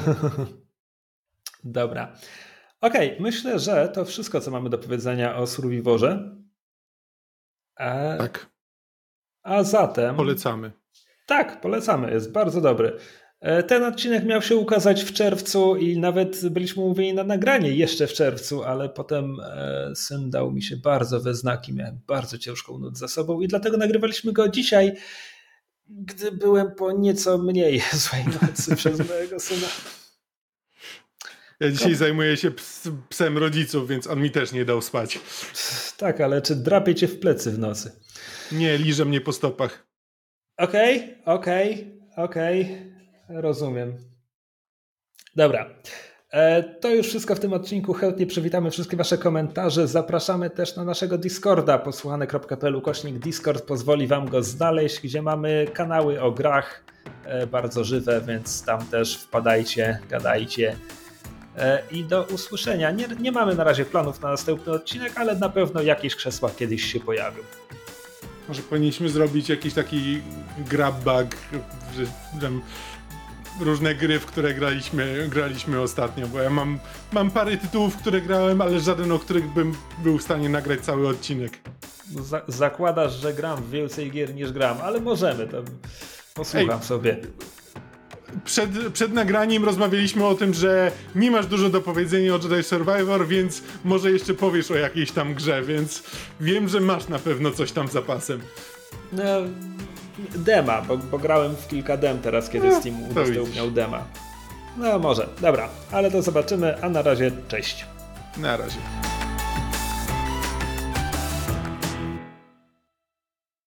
Dobra. Okej, okay, myślę, że to wszystko, co mamy do powiedzenia o Survivorze. A, tak. A zatem... Polecamy. Tak, polecamy. Jest bardzo dobry. Ten odcinek miał się ukazać w czerwcu i nawet byliśmy umówieni na nagranie jeszcze w czerwcu, ale potem e, syn dał mi się bardzo we znaki. Miałem bardzo ciężką noc za sobą i dlatego nagrywaliśmy go dzisiaj, gdy byłem po nieco mniej złej nocy przez mojego syna. Ja dzisiaj Kom... zajmuję się ps- psem rodziców, więc on mi też nie dał spać. Tak, ale czy drapie cię w plecy w nocy? Nie, liże mnie po stopach. Okej, okay, okej, okay, okej. Okay. Rozumiem. Dobra. E, to już wszystko w tym odcinku. Chętnie przywitamy wszystkie wasze komentarze. Zapraszamy też na naszego Discorda. posłuchane kropka p l ukośnik Discord pozwoli wam go znaleźć, gdzie mamy kanały o grach e, bardzo żywe, więc tam też wpadajcie, gadajcie. E, I do usłyszenia. Nie, nie mamy na razie planów na następny odcinek, ale na pewno jakieś krzesła kiedyś się pojawią. Może powinniśmy zrobić jakiś taki grab bag, że, że różne gry, w które graliśmy, graliśmy ostatnio, bo ja mam, mam parę tytułów, w które grałem, ale żaden, o których bym był w stanie nagrać cały odcinek. Za- zakładasz, że gram w więcej gier niż gram, ale możemy, to posłucham Ej, sobie. Przed, przed nagraniem rozmawialiśmy o tym, że nie masz dużo do powiedzenia o Jedi Survivor, więc może jeszcze powiesz o jakiejś tam grze, więc wiem, że masz na pewno coś tam zapasem. No, dema, bo, bo grałem w kilka dem teraz, kiedy no, Steam udostępniał dema. No może, dobra, ale to zobaczymy, a na razie cześć. Na razie.